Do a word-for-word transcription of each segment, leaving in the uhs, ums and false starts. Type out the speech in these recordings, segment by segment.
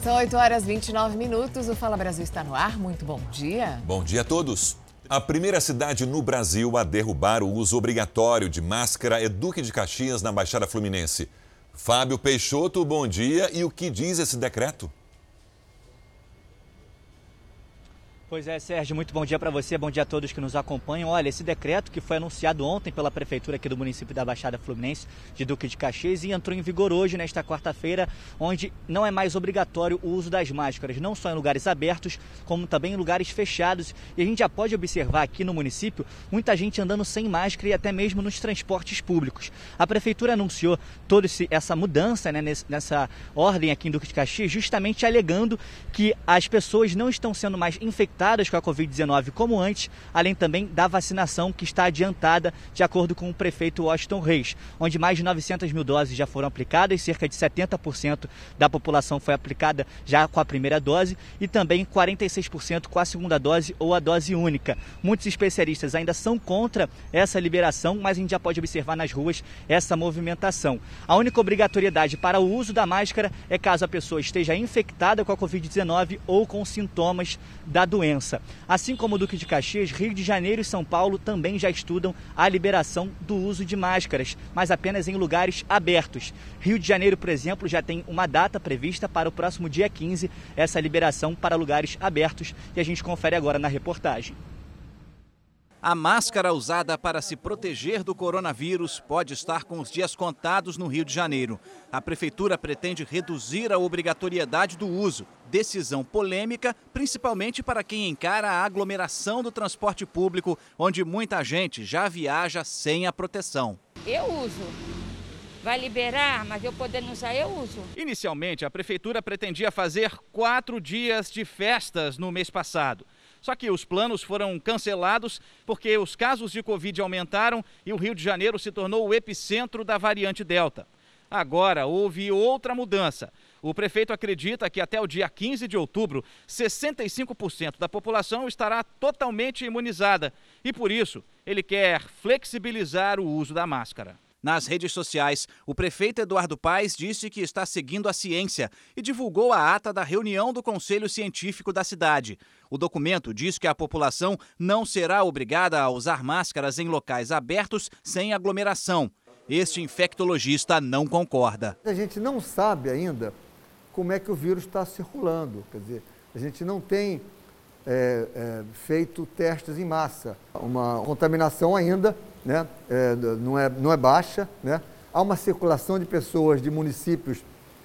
São oito horas e vinte e nove minutos. O Fala Brasil está no ar. Muito bom dia. Bom dia a todos. A primeira cidade no Brasil a derrubar o uso obrigatório de máscara é Duque de Caxias, na Baixada Fluminense. Fábio Peixoto, bom dia. E o que diz esse decreto? Pois é, Sérgio, muito bom dia para você, bom dia a todos que nos acompanham. Olha, esse decreto que foi anunciado ontem pela Prefeitura aqui do município da Baixada Fluminense, de Duque de Caxias, e entrou em vigor hoje, nesta quarta-feira, onde não é mais obrigatório o uso das máscaras, não só em lugares abertos, como também em lugares fechados. E a gente já pode observar aqui no município muita gente andando sem máscara e até mesmo nos transportes públicos. A Prefeitura anunciou toda essa mudança, né, nessa ordem aqui em Duque de Caxias, justamente alegando que as pessoas não estão sendo mais infectadas com a covid dezenove como antes, além também da vacinação que está adiantada, de acordo com o prefeito Washington Reis, onde mais de novecentas mil doses já foram aplicadas, cerca de setenta por cento da população foi aplicada já com a primeira dose e também quarenta e seis por cento com a segunda dose ou a dose única. Muitos especialistas ainda são contra essa liberação, mas a gente já pode observar nas ruas essa movimentação. A única obrigatoriedade para o uso da máscara é caso a pessoa esteja infectada com a covid dezenove ou com sintomas da doença. Assim como o Duque de Caxias, Rio de Janeiro e São Paulo também já estudam a liberação do uso de máscaras, mas apenas em lugares abertos. Rio de Janeiro, por exemplo, já tem uma data prevista para o próximo dia quinze, essa liberação para lugares abertos, e a gente confere agora na reportagem. A máscara usada para se proteger do coronavírus pode estar com os dias contados no Rio de Janeiro. A Prefeitura pretende reduzir a obrigatoriedade do uso. Decisão polêmica, principalmente para quem encara a aglomeração do transporte público, onde muita gente já viaja sem a proteção. Eu uso. Vai liberar, mas eu podendo usar, eu uso. Inicialmente, a Prefeitura pretendia fazer quatro dias de festas no mês passado. Só que os planos foram cancelados porque os casos de Covid aumentaram e o Rio de Janeiro se tornou o epicentro da variante Delta. Agora houve outra mudança. O prefeito acredita que até o dia quinze de outubro, sessenta e cinco por cento da população estará totalmente imunizada. E por isso, ele quer flexibilizar o uso da máscara. Nas redes sociais, o prefeito Eduardo Paes disse que está seguindo a ciência e divulgou a ata da reunião do Conselho Científico da cidade. O documento diz que a população não será obrigada a usar máscaras em locais abertos sem aglomeração. Este infectologista não concorda. A gente não sabe ainda como é que o vírus está circulando. Quer dizer, a gente não tem é, é, feito testes em massa. Uma contaminação ainda, né, é, não, é, não é baixa, né? Há uma circulação de pessoas de municípios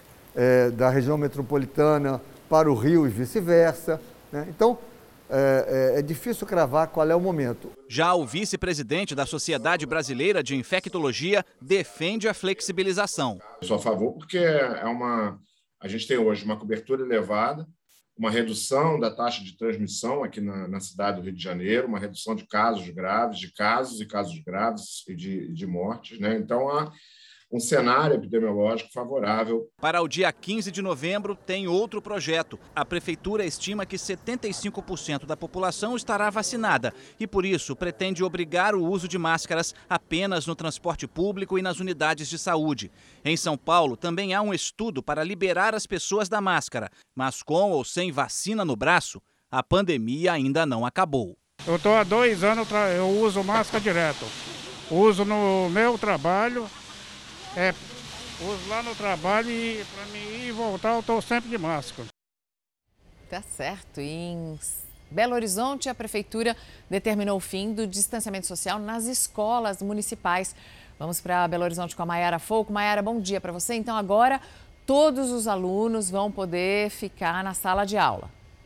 é, da região metropolitana para o Rio e vice-versa, né? Então, é, é, é difícil cravar qual é o momento. Já o vice-presidente da Sociedade Brasileira de Infectologia defende a flexibilização. Eu sou a favor porque é uma, a gente tem hoje uma cobertura elevada, uma redução da taxa de transmissão aqui na, na cidade do Rio de Janeiro, uma redução de casos graves, de casos e casos graves e de, de mortes, né? Então, há um cenário epidemiológico favorável. Para o dia quinze de novembro, tem outro projeto. A Prefeitura estima que setenta e cinco por cento da população estará vacinada e, por isso, pretende obrigar o uso de máscaras apenas no transporte público e nas unidades de saúde. Em São Paulo, também há um estudo para liberar as pessoas da máscara, mas com ou sem vacina no braço, a pandemia ainda não acabou. Eu estou há dois anos, eu uso máscara direto. Uso no meu trabalho. É, uso lá no trabalho e para mim ir e voltar eu estou sempre de máscara. Tá certo. E em Belo Horizonte, a Prefeitura determinou o fim do distanciamento social nas escolas municipais. Vamos para Belo Horizonte com a Mayara Foucault. Mayara, bom dia para você. Então agora todos os alunos vão poder ficar na sala de aula.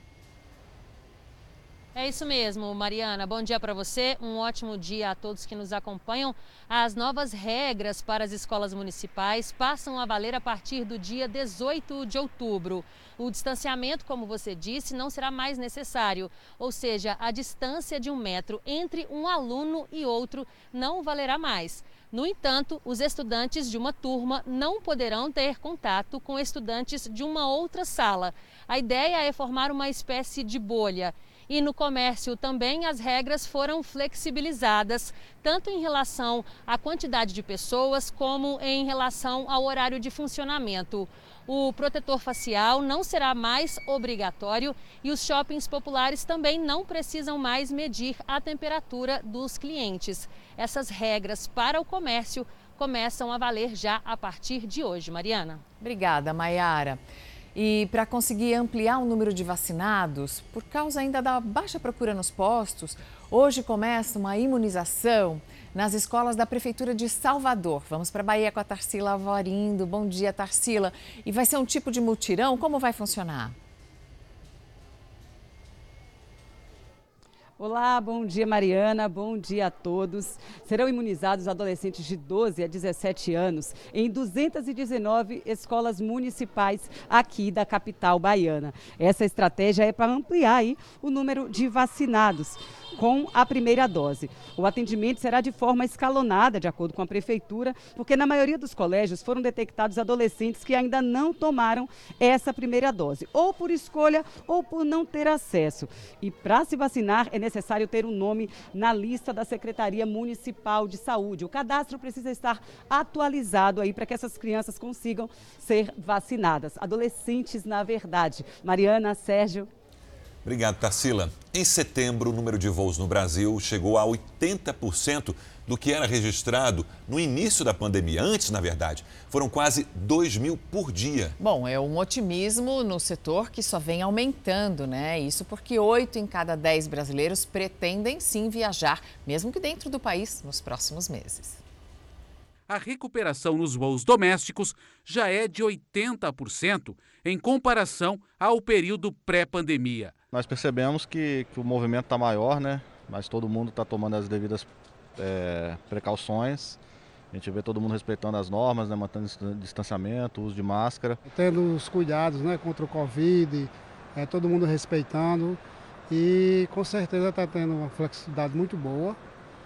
É isso mesmo, Mariana. Bom dia para você, um ótimo dia a todos que nos acompanham. As novas regras para as escolas municipais passam a valer a partir do dia dezoito de outubro. O distanciamento, como você disse, não será mais necessário, ou seja, a distância de um metro entre um aluno e outro não valerá mais. No entanto, os estudantes de uma turma não poderão ter contato com estudantes de uma outra sala. A ideia é formar uma espécie de bolha. E no comércio também as regras foram flexibilizadas, tanto em relação à quantidade de pessoas como em relação ao horário de funcionamento. O protetor facial não será mais obrigatório e os shoppings populares também não precisam mais medir a temperatura dos clientes. Essas regras para o comércio começam a valer já a partir de hoje. Mariana. Obrigada, Maiara. E para conseguir ampliar o número de vacinados, por causa ainda da baixa procura nos postos, hoje começa uma imunização nas escolas da Prefeitura de Salvador. Vamos para a Bahia com a Tarsila Alvarindo. Bom dia, Tarsila. E vai ser um tipo de mutirão? Como vai funcionar? Olá, bom dia Mariana, bom dia a todos. Serão imunizados adolescentes de doze a dezessete anos em duzentas e dezenove escolas municipais aqui da capital baiana. Essa estratégia é para ampliar aí o número de vacinados com a primeira dose. O atendimento será de forma escalonada, de acordo com a prefeitura, porque na maioria dos colégios foram detectados adolescentes que ainda não tomaram essa primeira dose, ou por escolha ou por não ter acesso. E para se vacinar é necessário ter um nome na lista da Secretaria Municipal de Saúde. O cadastro precisa estar atualizado aí para que essas crianças consigam ser vacinadas. Adolescentes, na verdade. Mariana, Sérgio. Obrigado, Tarsila. Em setembro, o número de voos no Brasil chegou a oitenta por cento do que era registrado no início da pandemia. Antes, na verdade, foram quase dois mil por dia. Bom, é um otimismo no setor que só vem aumentando, né? Isso porque oito em cada dez brasileiros pretendem sim viajar, mesmo que dentro do país, nos próximos meses. A recuperação nos voos domésticos já é de oitenta por cento em comparação ao período pré-pandemia. Nós percebemos que, que o movimento está maior, né? Mas todo mundo está tomando as devidas é, precauções. A gente vê todo mundo respeitando as normas, né? Mantendo distanciamento, uso de máscara. Tendo os cuidados, né, contra o Covid, é, todo mundo respeitando e com certeza está tendo uma flexibilidade muito boa.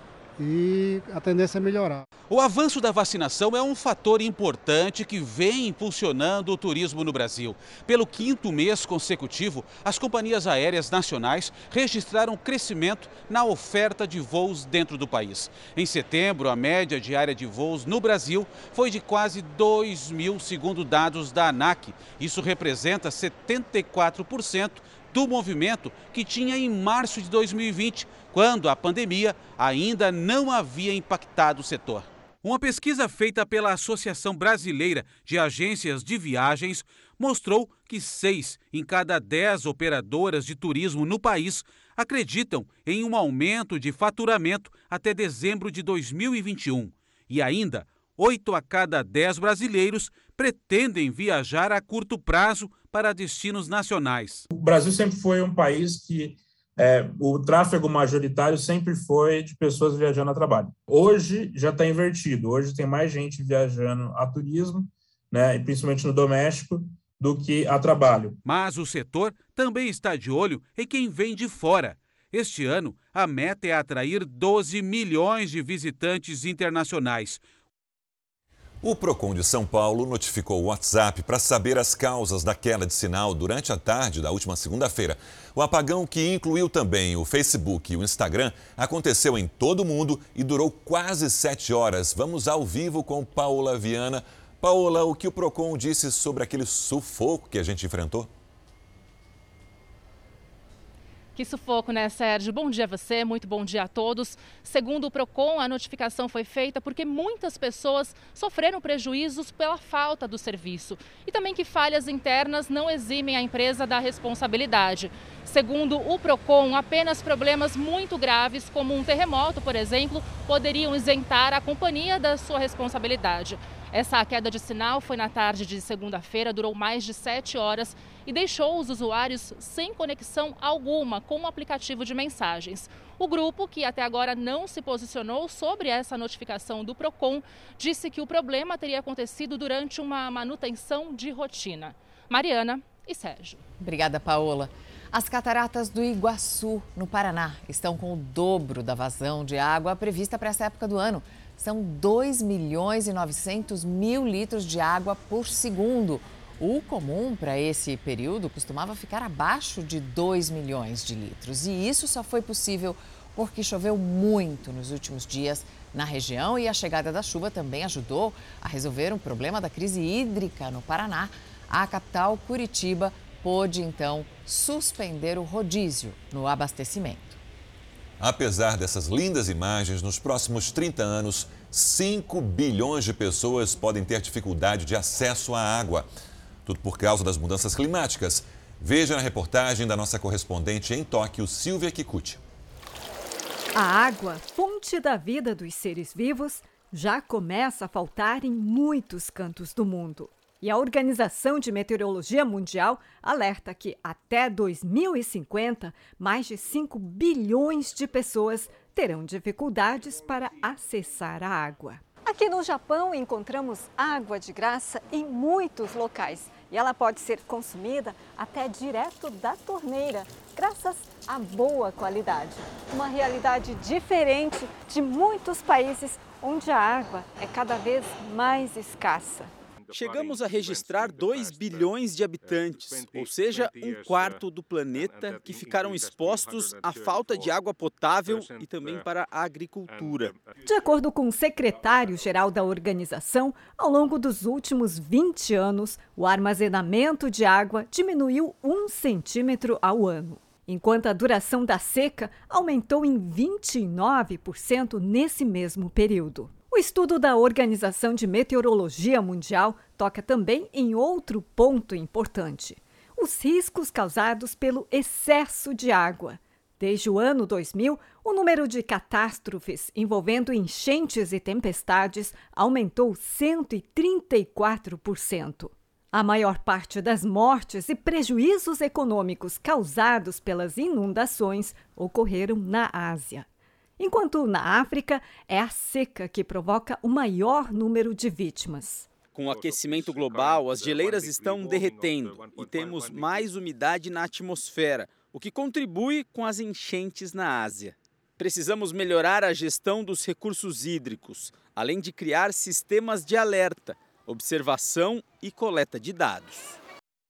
E a tendência é melhorar. O avanço da vacinação é um fator importante que vem impulsionando o turismo no Brasil. Pelo quinto mês consecutivo, as companhias aéreas nacionais registraram crescimento na oferta de voos dentro do país. Em setembro, a média diária de voos no Brasil foi de quase dois mil, segundo dados da ANAC. Isso representa setenta e quatro por cento do movimento que tinha em março de dois mil e vinte, quando a pandemia ainda não havia impactado o setor. Uma pesquisa feita pela Associação Brasileira de Agências de Viagens mostrou que seis em cada dez operadoras de turismo no país acreditam em um aumento de faturamento até dezembro de dois mil e vinte e um. E ainda, oito a cada dez brasileiros pretendem viajar a curto prazo para destinos nacionais. O Brasil sempre foi um país que é, o tráfego majoritário sempre foi de pessoas viajando a trabalho. Hoje já está invertido. Hoje tem mais gente viajando a turismo, né, e principalmente no doméstico, do que a trabalho. Mas o setor também está de olho em quem vem de fora. Este ano, a meta é atrair doze milhões de visitantes internacionais. O Procon de São Paulo notificou o WhatsApp para saber as causas da queda de sinal durante a tarde da última segunda-feira. O apagão, que incluiu também o Facebook e o Instagram, aconteceu em todo o mundo e durou quase sete horas. Vamos ao vivo com Paola Viana. Paola, o que o Procon disse sobre aquele sufoco que a gente enfrentou? Que sufoco, né, Sérgio? Bom dia a você, muito bom dia a todos. Segundo o Procon, a notificação foi feita porque muitas pessoas sofreram prejuízos pela falta do serviço e também que falhas internas não eximem a empresa da responsabilidade. Segundo o Procon, apenas problemas muito graves, como um terremoto, por exemplo, poderiam isentar a companhia da sua responsabilidade. Essa queda de sinal foi na tarde de segunda-feira, durou mais de sete horas e deixou os usuários sem conexão alguma com o aplicativo de mensagens. O grupo, que até agora não se posicionou sobre essa notificação do Procon, disse que o problema teria acontecido durante uma manutenção de rotina. Mariana e Sérgio. Obrigada, Paola. As cataratas do Iguaçu, no Paraná, estão com o dobro da vazão de água prevista para essa época do ano. São dois milhões e novecentos mil litros de água por segundo. O comum para esse período costumava ficar abaixo de dois milhões de litros. E isso só foi possível porque choveu muito nos últimos dias na região e a chegada da chuva também ajudou a resolver um problema da crise hídrica no Paraná. a capital, Curitiba, pôde então suspender o rodízio no abastecimento. Apesar dessas lindas imagens, nos próximos trinta anos, cinco bilhões de pessoas podem ter dificuldade de acesso à água. Tudo por causa das mudanças climáticas. Veja na reportagem da nossa correspondente em Tóquio, Silvia Kikuchi. A água, fonte da vida dos seres vivos, já começa a faltar em muitos cantos do mundo. E a Organização de Meteorologia Mundial alerta que até dois mil e cinquenta, mais de cinco bilhões de pessoas terão dificuldades para acessar a água. Aqui no Japão encontramos água de graça em muitos locais e ela pode ser consumida até direto da torneira, graças à boa qualidade. Uma realidade diferente de muitos países onde a água é cada vez mais escassa. Chegamos a registrar dois bilhões de habitantes, ou seja, um quarto do planeta que ficaram expostos à falta de água potável e também para a agricultura. De acordo com o secretário-geral da organização, ao longo dos últimos vinte anos, o armazenamento de água diminuiu um centímetro ao ano, enquanto a duração da seca aumentou em vinte e nove por cento nesse mesmo período. O estudo da Organização de Meteorologia Mundial toca também em outro ponto importante: os riscos causados pelo excesso de água. Desde o ano dois mil, o número de catástrofes envolvendo enchentes e tempestades aumentou cento e trinta e quatro por cento. A maior parte das mortes e prejuízos econômicos causados pelas inundações ocorreram na Ásia. Enquanto na África, é a seca que provoca o maior número de vítimas. Com o aquecimento global, as geleiras estão derretendo e temos mais umidade na atmosfera, o que contribui com as enchentes na Ásia. Precisamos melhorar a gestão dos recursos hídricos, além de criar sistemas de alerta, observação e coleta de dados.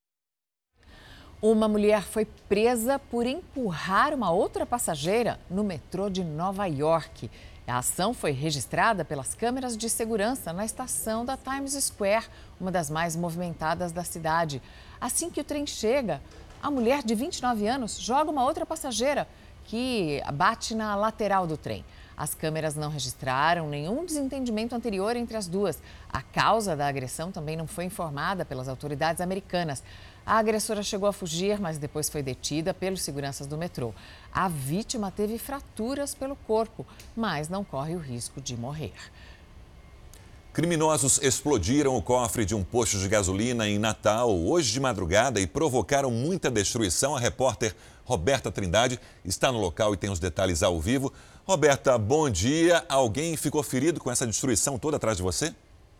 Uma mulher foi presa por empurrar uma outra passageira no metrô de Nova York. A ação foi registrada pelas câmeras de segurança na estação da Times Square, uma das mais movimentadas da cidade. Assim que o trem chega, a mulher de vinte e nove anos joga uma outra passageira que bate na lateral do trem. As câmeras não registraram nenhum desentendimento anterior entre as duas. A causa da agressão também não foi informada pelas autoridades americanas. A agressora chegou a fugir, mas depois foi detida pelos seguranças do metrô. A vítima teve fraturas pelo corpo, mas não corre o risco de morrer. Criminosos explodiram o cofre de um posto de gasolina em Natal hoje de madrugada e provocaram muita destruição. A repórter Roberta Trindade está no local e tem os detalhes ao vivo. Roberta, bom dia. Alguém ficou ferido com essa destruição toda atrás de você?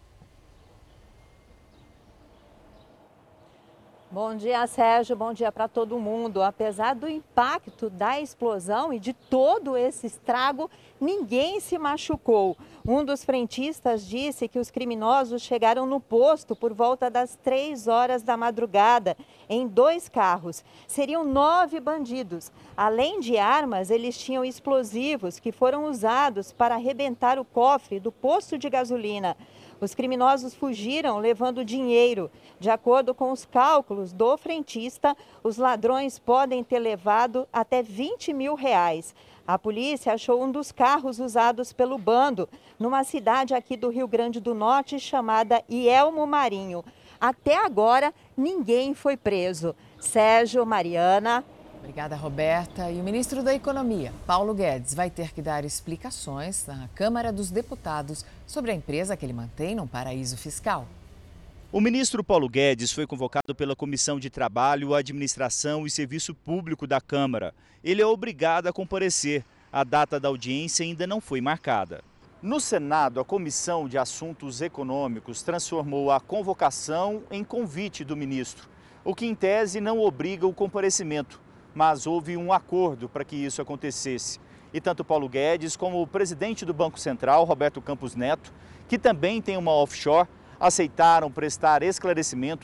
Bom dia, Sérgio. Bom dia para todo mundo. Apesar do impacto da explosão e de todo esse estrago, ninguém se machucou. Um dos frentistas disse que os criminosos chegaram no posto por volta das três horas da madrugada, em dois carros. Seriam nove bandidos. Além de armas, eles tinham explosivos que foram usados para arrebentar o cofre do posto de gasolina. Os criminosos fugiram levando dinheiro. De acordo com os cálculos do frentista, os ladrões podem ter levado até vinte mil reais. A polícia achou um dos carros usados pelo bando, numa cidade aqui do Rio Grande do Norte chamada Ielmo Marinho. Até agora, ninguém foi preso. Sérgio, Mariana. Obrigada, Roberta. E o ministro da Economia, Paulo Guedes, vai ter que dar explicações na Câmara dos Deputados sobre a empresa que ele mantém num paraíso fiscal. O ministro Paulo Guedes foi convocado pela Comissão de Trabalho, Administração e Serviço Público da Câmara. Ele é obrigado a comparecer. A data da audiência ainda não foi marcada. No Senado, a Comissão de Assuntos Econômicos transformou a convocação em convite do ministro, o que em tese não obriga o comparecimento. Mas houve um acordo para que isso acontecesse. E tanto Paulo Guedes como o presidente do Banco Central, Roberto Campos Neto, que também tem uma offshore, aceitaram prestar esclarecimentos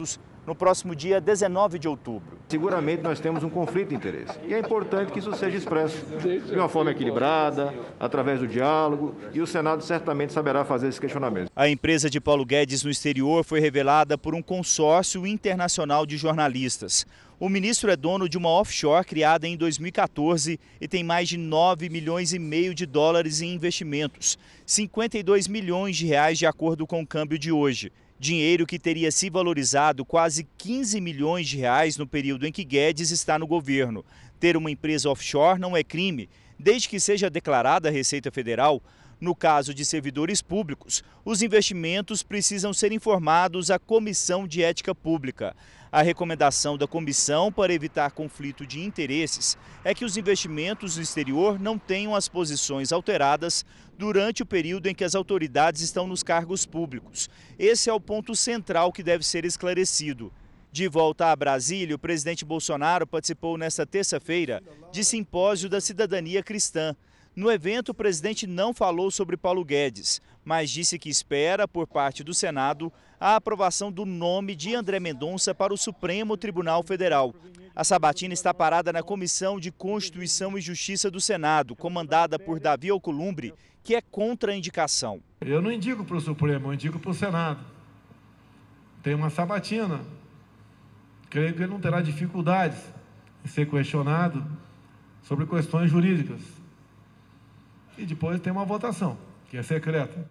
no próximo dia dezenove de outubro. Seguramente nós temos um conflito de interesse e é importante que isso seja expresso de uma forma equilibrada, através do diálogo, e o Senado certamente saberá fazer esse questionamento. A empresa de Paulo Guedes no exterior foi revelada por um consórcio internacional de jornalistas. O ministro é dono de uma offshore criada em dois mil e quatorze e tem mais de nove milhões e meio de dólares em investimentos, cinquenta e dois milhões de reais de acordo com o câmbio de hoje. Dinheiro que teria se valorizado quase quinze milhões de reais no período em que Guedes está no governo. Ter uma empresa offshore não é crime, desde que seja declarada a Receita Federal. No caso de servidores públicos, os investimentos precisam ser informados à Comissão de Ética Pública. A recomendação da comissão para evitar conflito de interesses é que os investimentos no exterior não tenham as posições alteradas durante o período em que as autoridades estão nos cargos públicos. Esse é o ponto central que deve ser esclarecido. De volta a Brasília, o presidente Bolsonaro participou nesta terça-feira de simpósio da cidadania cristã. No evento, o presidente não falou sobre Paulo Guedes, mas disse que espera, por parte do Senado, a aprovação do nome de André Mendonça para o Supremo Tribunal Federal. A sabatina está parada na Comissão de Constituição e Justiça do Senado, comandada por Davi Alcolumbre, que é contra a indicação. Eu não indico para o Supremo, eu indico para o Senado. Tem uma sabatina. Creio que ele não terá dificuldades em ser questionado sobre questões jurídicas. E depois tem uma votação, que é secreta.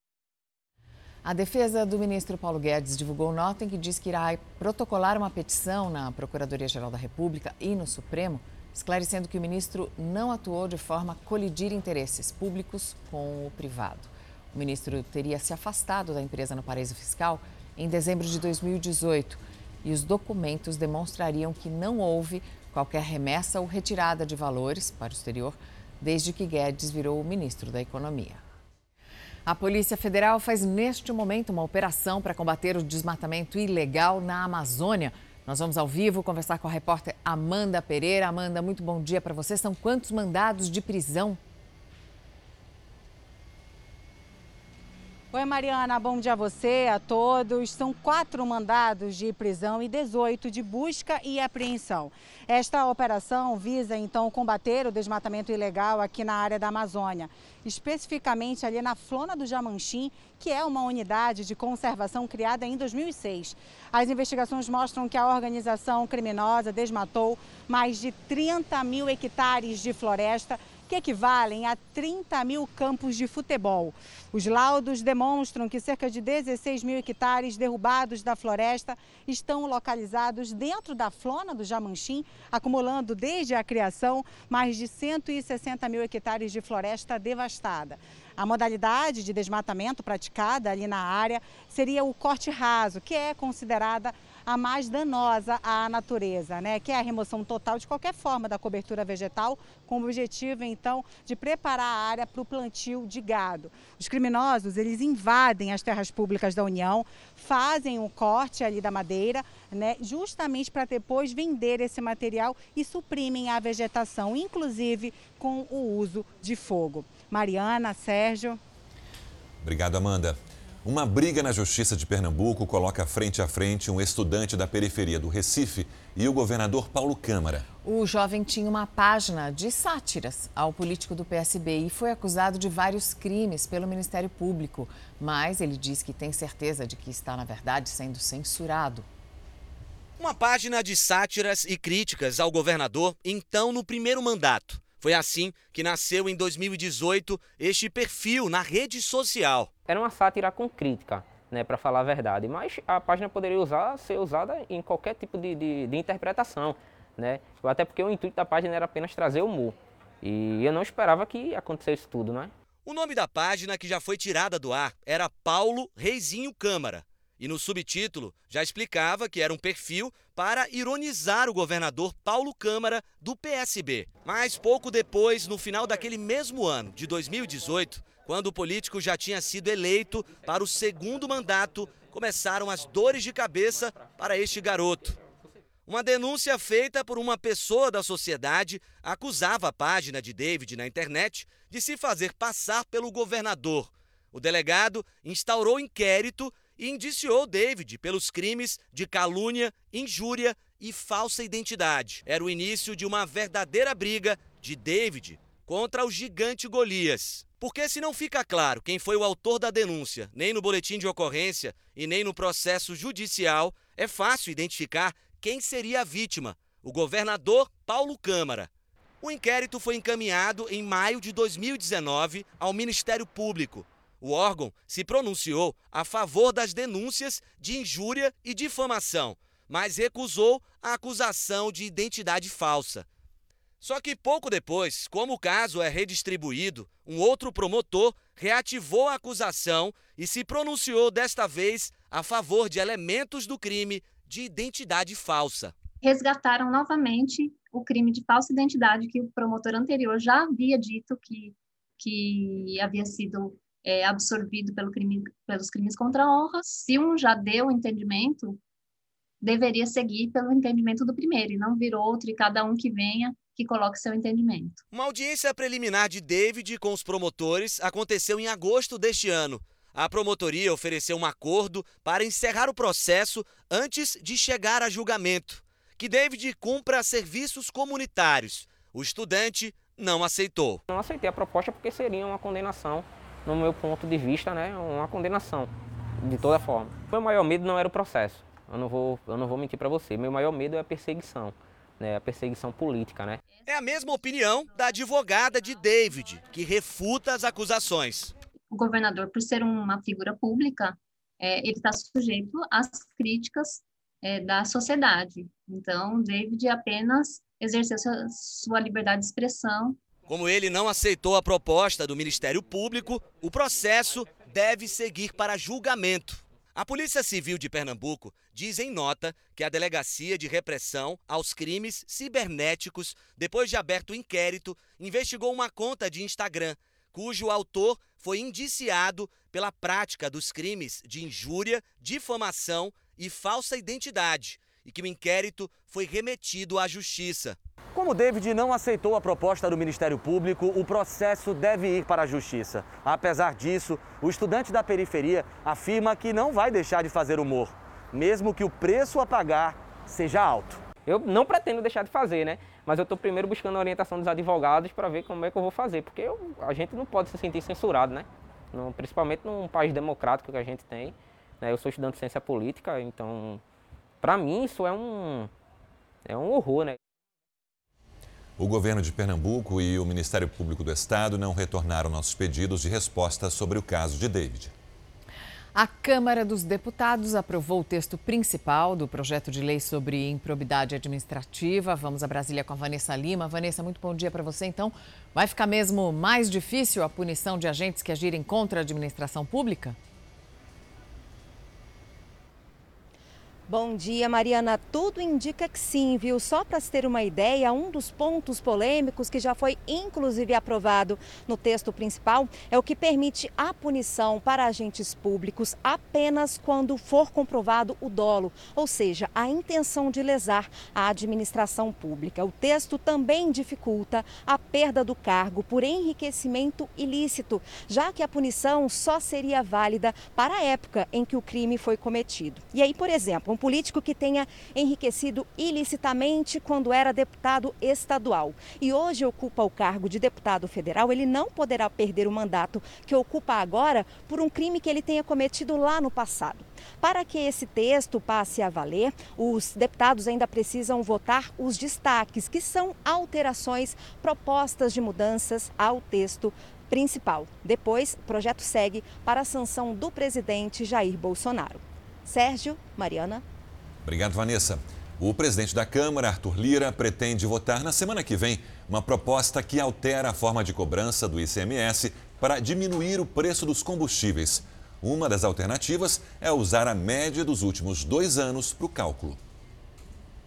A defesa do ministro Paulo Guedes divulgou nota em que diz que irá protocolar uma petição na Procuradoria-Geral da República e no Supremo, esclarecendo que o ministro não atuou de forma a colidir interesses públicos com o privado. O ministro teria se afastado da empresa no paraíso fiscal em dezembro de dois mil e dezoito e os documentos demonstrariam que não houve qualquer remessa ou retirada de valores para o exterior desde que Guedes virou o ministro da Economia. A Polícia Federal faz neste momento uma operação para combater o desmatamento ilegal na Amazônia. Nós vamos ao vivo conversar com a repórter Amanda Pereira. Amanda, muito bom dia para você. São quantos mandados de prisão? Oi, Mariana, bom dia a você, a todos. São quatro mandados de prisão e dezoito de busca e apreensão. Esta operação visa, então, combater o desmatamento ilegal aqui na área da Amazônia, especificamente ali na Flona do Jamanchim, que é uma unidade de conservação criada em dois mil e seis. As investigações mostram que a organização criminosa desmatou mais de trinta mil hectares de floresta, que equivalem a trinta mil campos de futebol. Os laudos demonstram que cerca de dezesseis mil hectares derrubados da floresta estão localizados dentro da Flona do Jamanchim, acumulando desde a criação mais de cento e sessenta mil hectares de floresta devastada. A modalidade de desmatamento praticada ali na área seria o corte raso, que é considerada a mais danosa à natureza, né? Que é a remoção total de qualquer forma da cobertura vegetal, com o objetivo, então, de preparar a área para o plantio de gado. Os criminosos, eles invadem as terras públicas da União, fazem o corte ali da madeira, né? Justamente para depois vender esse material e suprimem a vegetação, inclusive com o uso de fogo. Mariana, Sérgio. Obrigado, Amanda. Uma briga na Justiça de Pernambuco coloca frente a frente um estudante da periferia do Recife e o governador Paulo Câmara. O jovem tinha uma página de sátiras ao político do P S B e foi acusado de vários crimes pelo Ministério Público. Mas ele diz que tem certeza de que está, na verdade, sendo censurado. Uma página de sátiras e críticas ao governador, então no primeiro mandato. Foi assim que nasceu em dois mil e dezoito este perfil na rede social. Era uma sátira com crítica, né, para falar a verdade, mas a página poderia usar, ser usada em qualquer tipo de, de, de interpretação, né? Até porque o intuito da página era apenas trazer humor. E eu não esperava que acontecesse tudo, né? O nome da página, que já foi tirada do ar, era Paulo Reizinho Câmara. E no subtítulo já explicava que era um perfil para ironizar o governador Paulo Câmara do P S B. Mas pouco depois, no final daquele mesmo ano, de dois mil e dezoito, quando o político já tinha sido eleito para o segundo mandato, começaram as dores de cabeça para este garoto. Uma denúncia feita por uma pessoa da sociedade acusava a página de David na internet de se fazer passar pelo governador. O delegado instaurou inquérito e indiciou David pelos crimes de calúnia, injúria e falsa identidade. Era o início de uma verdadeira briga de David contra o gigante Golias. Porque se não fica claro quem foi o autor da denúncia, nem no boletim de ocorrência e nem no processo judicial, é fácil identificar quem seria a vítima, o governador Paulo Câmara. O inquérito foi encaminhado em maio de dois mil e dezenove ao Ministério Público. O órgão se pronunciou a favor das denúncias de injúria e difamação, mas recusou a acusação de identidade falsa. Só que pouco depois, como o caso é redistribuído, um outro promotor reativou a acusação e se pronunciou desta vez a favor de elementos do crime de identidade falsa. Resgataram novamente o crime de falsa identidade que o promotor anterior já havia dito que, que havia sido é, absorvido pelo crime, pelos crimes contra a honra. Se um já deu o entendimento, deveria seguir pelo entendimento do primeiro e não vir outro e cada um que venha que coloque seu entendimento. Uma audiência preliminar de David com os promotores aconteceu em agosto deste ano. A promotoria ofereceu um acordo para encerrar o processo antes de chegar a julgamento. Que David cumpra serviços comunitários. O estudante não aceitou. Não aceitei a proposta porque seria uma condenação, no meu ponto de vista, né, uma condenação, de toda forma. Meu maior medo não era o processo, eu não vou, eu não vou mentir para você. Meu maior medo é a perseguição, né, a perseguição política, né. É a mesma opinião da advogada de David, que refuta as acusações. O governador, por ser uma figura pública, é, ele está sujeito às críticas É, da sociedade. Então, David apenas exerceu sua, sua liberdade de expressão. Como ele não aceitou a proposta do Ministério Público, o processo deve seguir para julgamento. A Polícia Civil de Pernambuco diz em nota que a Delegacia de Repressão aos Crimes Cibernéticos, depois de aberto o inquérito, investigou uma conta de Instagram, cujo autor foi indiciado pela prática dos crimes de injúria, difamação e falsa identidade, e que o inquérito foi remetido à Justiça. Como David não aceitou a proposta do Ministério Público, o processo deve ir para a Justiça. Apesar disso, o estudante da periferia afirma que não vai deixar de fazer humor, mesmo que o preço a pagar seja alto. Eu não pretendo deixar de fazer, né? Mas eu estou primeiro buscando a orientação dos advogados para ver como é que eu vou fazer, porque eu, a gente não pode se sentir censurado, né? No, principalmente num país democrático que a gente tem. Né? Eu sou estudante de ciência política, então, para mim, isso é um, é um horror, né? O governo de Pernambuco e o Ministério Público do Estado não retornaram nossos pedidos de resposta sobre o caso de David. A Câmara dos Deputados aprovou o texto principal do projeto de lei sobre improbidade administrativa. Vamos a Brasília com a Vanessa Lima. Vanessa, muito bom dia para você. Então, vai ficar mesmo mais difícil a punição de agentes que agirem contra a administração pública? Bom dia, Mariana. Tudo indica que sim, viu? Só para se ter uma ideia, um dos pontos polêmicos que já foi inclusive aprovado no texto principal é o que permite a punição para agentes públicos apenas quando for comprovado o dolo, ou seja, a intenção de lesar a administração pública. O texto também dificulta a perda do cargo por enriquecimento ilícito, já que a punição só seria válida para a época em que o crime foi cometido. E aí, por exemplo, um político que tenha enriquecido ilicitamente quando era deputado estadual e hoje ocupa o cargo de deputado federal, ele não poderá perder o mandato que ocupa agora por um crime que ele tenha cometido lá no passado. Para que esse texto passe a valer, os deputados ainda precisam votar os destaques, que são alterações propostas de mudanças ao texto principal. Depois, o projeto segue para a sanção do presidente Jair Bolsonaro. Sérgio, Mariana. Obrigado, Vanessa. O presidente da Câmara, Arthur Lira, pretende votar na semana que vem uma proposta que altera a forma de cobrança do I C M S para diminuir o preço dos combustíveis. Uma das alternativas é usar a média dos últimos dois anos para o cálculo.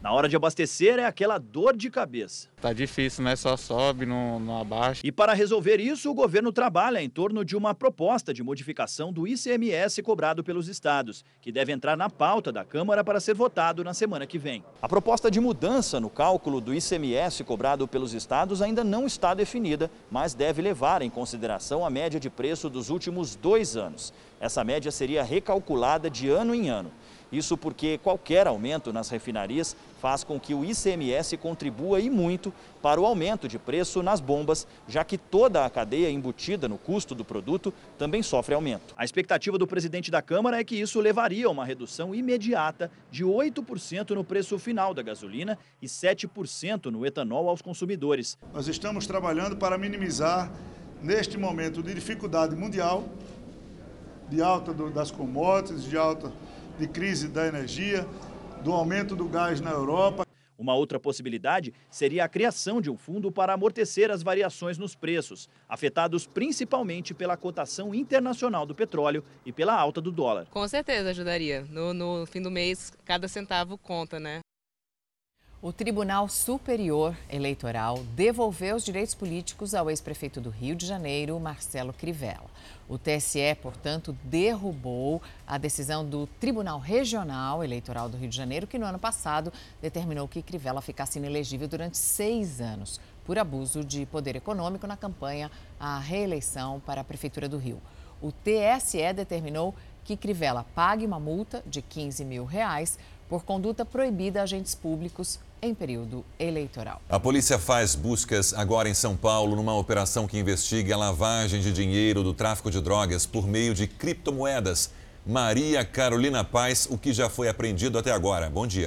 Na hora de abastecer é aquela dor de cabeça. Tá difícil, né? Só sobe, não, não abaixa. E para resolver isso, o governo trabalha em torno de uma proposta de modificação do I C M S cobrado pelos estados, que deve entrar na pauta da Câmara para ser votado na semana que vem. A proposta de mudança no cálculo do I C M S cobrado pelos estados ainda não está definida, mas deve levar em consideração a média de preço dos últimos dois anos. Essa média seria recalculada de ano em ano. Isso porque qualquer aumento nas refinarias faz com que o I C M S contribua e muito para o aumento de preço nas bombas, já que toda a cadeia embutida no custo do produto também sofre aumento. A expectativa do presidente da Câmara é que isso levaria a uma redução imediata de oito por cento no preço final da gasolina e sete por cento no etanol aos consumidores. Nós estamos trabalhando para minimizar, neste momento de dificuldade mundial, de alta do, das commodities, de alta de crise da energia, do aumento do gás na Europa. Uma outra possibilidade seria a criação de um fundo para amortecer as variações nos preços, afetados principalmente pela cotação internacional do petróleo e pela alta do dólar. Com certeza ajudaria. No, no fim do mês, cada centavo conta, né? O Tribunal Superior Eleitoral devolveu os direitos políticos ao ex-prefeito do Rio de Janeiro, Marcelo Crivella. O T S E, portanto, derrubou a decisão do Tribunal Regional Eleitoral do Rio de Janeiro, que no ano passado determinou que Crivella ficasse inelegível durante seis anos por abuso de poder econômico na campanha à reeleição para a Prefeitura do Rio. O T S E determinou que Crivella pague uma multa de quinze mil reais por conduta proibida a agentes públicos em período eleitoral. A polícia faz buscas agora em São Paulo numa operação que investiga a lavagem de dinheiro do tráfico de drogas por meio de criptomoedas. Maria Carolina Paz, o que já foi apreendido até agora? Bom dia.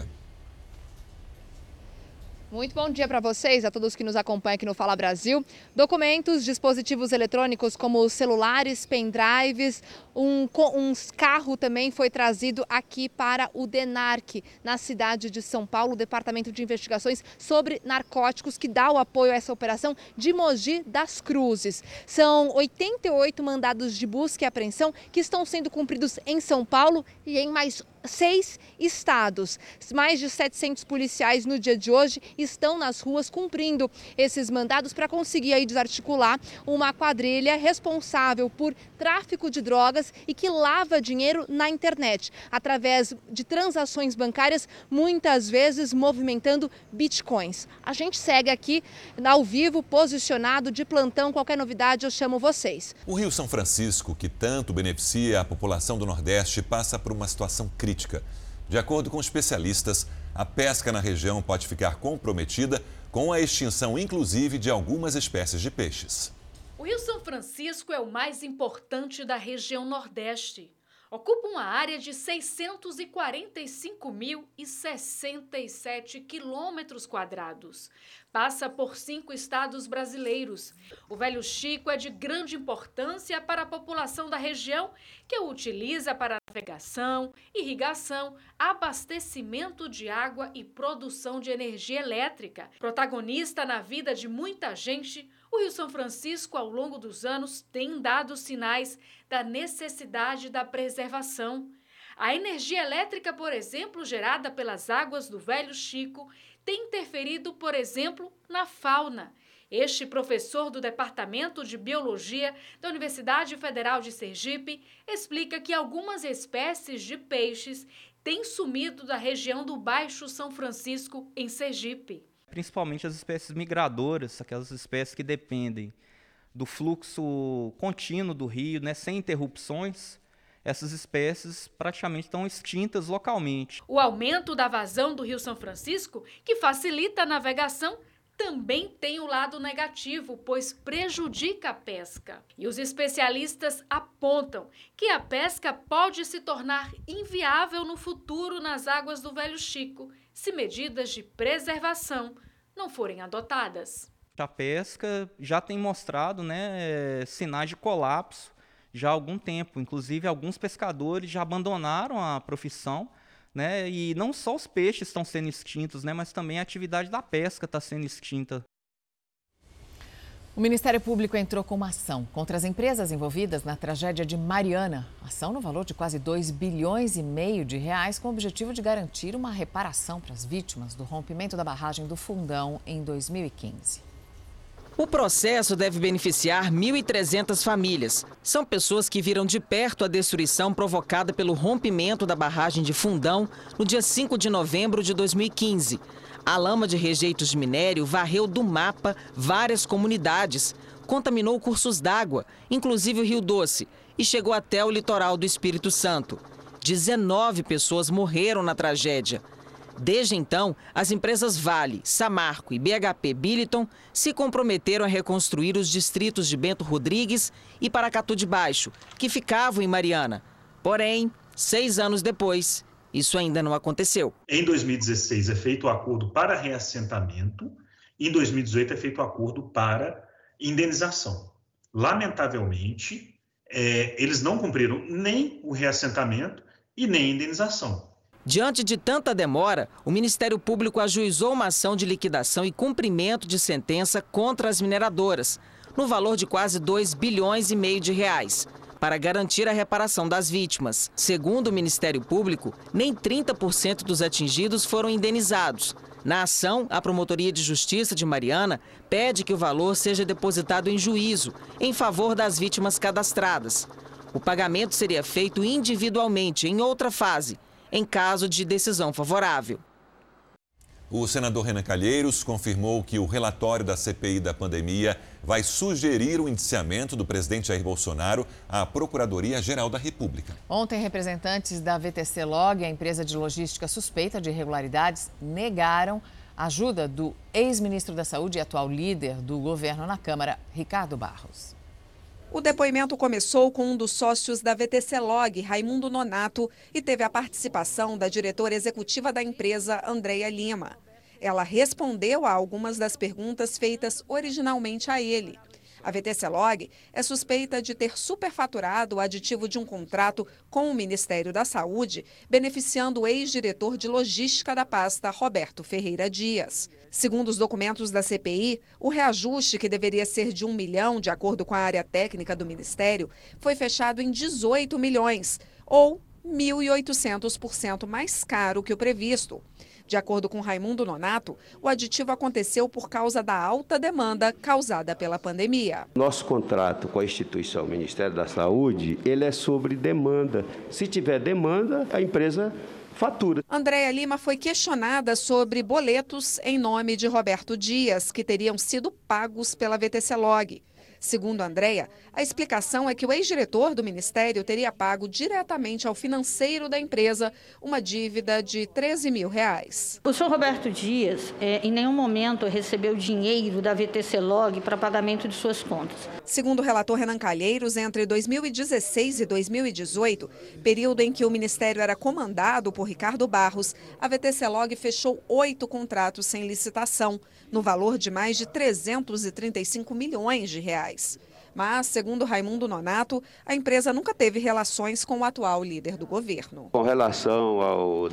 Muito bom dia para vocês, a todos que nos acompanham aqui no Fala Brasil. Documentos, dispositivos eletrônicos como celulares, pendrives, um, um carro também foi trazido aqui para o DENARC, na cidade de São Paulo, o Departamento de Investigações sobre Narcóticos, que dá o apoio a essa operação de Mogi das Cruzes. São oitenta e oito mandados de busca e apreensão que estão sendo cumpridos em São Paulo e em mais seis estados. Mais de setecentos policiais no dia de hoje estão nas ruas cumprindo esses mandados para conseguir aí desarticular uma quadrilha responsável por tráfico de drogas e que lava dinheiro na internet, através de transações bancárias, muitas vezes movimentando bitcoins. A gente segue aqui ao vivo, posicionado de plantão. Qualquer novidade eu chamo vocês. O Rio São Francisco, que tanto beneficia a população do Nordeste, passa por uma situação crítica. De acordo com especialistas, a pesca na região pode ficar comprometida com a extinção, inclusive, de algumas espécies de peixes. O Rio São Francisco é o mais importante da região Nordeste. Ocupa uma área de seiscentos e quarenta e cinco mil e sessenta e sete quilômetros quadrados. Passa por cinco estados brasileiros. O Velho Chico é de grande importância para a população da região, que o utiliza para navegação, irrigação, abastecimento de água e produção de energia elétrica. Protagonista na vida de muita gente, o Rio São Francisco, ao longo dos anos, tem dado sinais da necessidade da preservação. A energia elétrica, por exemplo, gerada pelas águas do Velho Chico, tem interferido, por exemplo, na fauna. Este professor do Departamento de Biologia da Universidade Federal de Sergipe explica que algumas espécies de peixes têm sumido da região do Baixo São Francisco, em Sergipe. Principalmente as espécies migradoras, aquelas espécies que dependem do fluxo contínuo do rio, né, sem interrupções. Essas espécies praticamente estão extintas localmente. O aumento da vazão do Rio São Francisco, que facilita a navegação, também tem o lado negativo, pois prejudica a pesca. E os especialistas apontam que a pesca pode se tornar inviável no futuro nas águas do Velho Chico, se medidas de preservação não forem adotadas. A pesca já tem mostrado, né, sinais de colapso já há algum tempo. Inclusive, alguns pescadores já abandonaram a profissão, né, e não só os peixes estão sendo extintos, né, mas também a atividade da pesca está sendo extinta. O Ministério Público entrou com uma ação contra as empresas envolvidas na tragédia de Mariana. Ação no valor de quase dois bilhões e meio de reais, com o objetivo de garantir uma reparação para as vítimas do rompimento da barragem do Fundão em dois mil e quinze. O processo deve beneficiar mil e trezentas famílias. São pessoas que viram de perto a destruição provocada pelo rompimento da barragem de Fundão no dia cinco de novembro de dois mil e quinze. A lama de rejeitos de minério varreu do mapa várias comunidades, contaminou cursos d'água, inclusive o Rio Doce, e chegou até o litoral do Espírito Santo. dezenove pessoas morreram na tragédia. Desde então, as empresas Vale, Samarco e B H P Billiton se comprometeram a reconstruir os distritos de Bento Rodrigues e Paracatu de Baixo, que ficavam em Mariana. Porém, seis anos depois, isso ainda não aconteceu. Em dois mil e dezesseis é feito o acordo para reassentamento e em dois mil e dezoito é feito o acordo para indenização. Lamentavelmente, é, eles não cumpriram nem o reassentamento e nem a indenização. Diante de tanta demora, o Ministério Público ajuizou uma ação de liquidação e cumprimento de sentença contra as mineradoras, no valor de quase dois bilhões e meio de reais, para garantir a reparação das vítimas. Segundo o Ministério Público, nem trinta por cento dos atingidos foram indenizados. Na ação, a Promotoria de Justiça de Mariana pede que o valor seja depositado em juízo, em favor das vítimas cadastradas. O pagamento seria feito individualmente, em outra fase, em caso de decisão favorável. O senador Renan Calheiros confirmou que o relatório da C P I da pandemia vai sugerir o indiciamento do presidente Jair Bolsonaro à Procuradoria-Geral da República. Ontem, representantes da V T C Log, a empresa de logística suspeita de irregularidades, negaram a ajuda do ex-ministro da Saúde e atual líder do governo na Câmara, Ricardo Barros. O depoimento começou com um dos sócios da V T C Log, Raimundo Nonato, e teve a participação da diretora executiva da empresa, Andréia Lima. Ela respondeu a algumas das perguntas feitas originalmente a ele. A V T C Log é suspeita de ter superfaturado o aditivo de um contrato com o Ministério da Saúde, beneficiando o ex-diretor de logística da pasta, Roberto Ferreira Dias. Segundo os documentos da C P I, o reajuste, que deveria ser de um milhão, de acordo com a área técnica do Ministério, foi fechado em dezoito milhões, ou mil e oitocentos por cento mais caro que o previsto. De acordo com Raimundo Nonato, o aditivo aconteceu por causa da alta demanda causada pela pandemia. Nosso contrato com a instituição Ministério da Saúde, ele é sobre demanda. Se tiver demanda, a empresa fatura. Andréia Lima foi questionada sobre boletos em nome de Roberto Dias, que teriam sido pagos pela V T C Log. Segundo Andréia, a explicação é que o ex-diretor do Ministério teria pago diretamente ao financeiro da empresa uma dívida de treze mil reais. O senhor Roberto Dias, é, em nenhum momento, recebeu dinheiro da V T C Log para pagamento de suas contas. Segundo o relator Renan Calheiros, entre dois mil e dezesseis e dois mil e dezoito, período em que o Ministério era comandado por Ricardo Barros, a V T C Log fechou oito contratos sem licitação, no valor de mais de trezentos e trinta e cinco milhões de reais. Mas, segundo Raimundo Nonato, a empresa nunca teve relações com o atual líder do governo. Com relação ao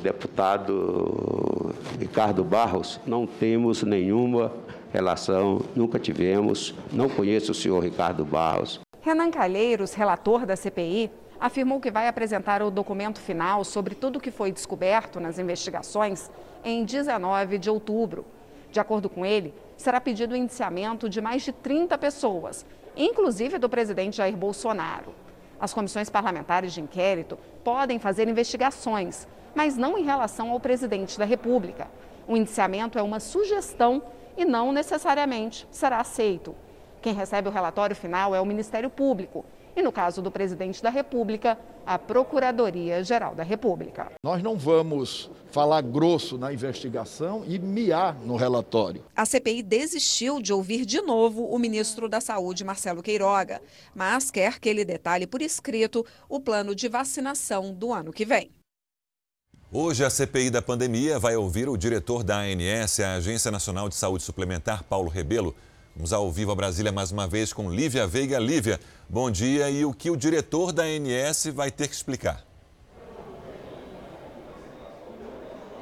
deputado Ricardo Barros, não temos nenhuma relação, nunca tivemos, não conheço o senhor Ricardo Barros. Renan Calheiros, relator da C P I, afirmou que vai apresentar o documento final sobre tudo o que foi descoberto nas investigações em dezenove de outubro. De acordo com ele, será pedido o indiciamento de mais de trinta pessoas, inclusive do presidente Jair Bolsonaro. As comissões parlamentares de inquérito podem fazer investigações, mas não em relação ao presidente da República. O indiciamento é uma sugestão e não necessariamente será aceito. Quem recebe o relatório final é o Ministério Público e, no caso do presidente da República, a Procuradoria-Geral da República. Nós não vamos falar grosso na investigação e miar no relatório. A C P I desistiu de ouvir de novo o ministro da Saúde, Marcelo Queiroga, mas quer que ele detalhe por escrito o plano de vacinação do ano que vem. Hoje, a C P I da pandemia vai ouvir o diretor da A N S, a Agência Nacional de Saúde Suplementar, Paulo Rebelo. Vamos ao vivo a Brasília mais uma vez com Lívia Veiga. Lívia, bom dia. E o que o diretor da A N S vai ter que explicar?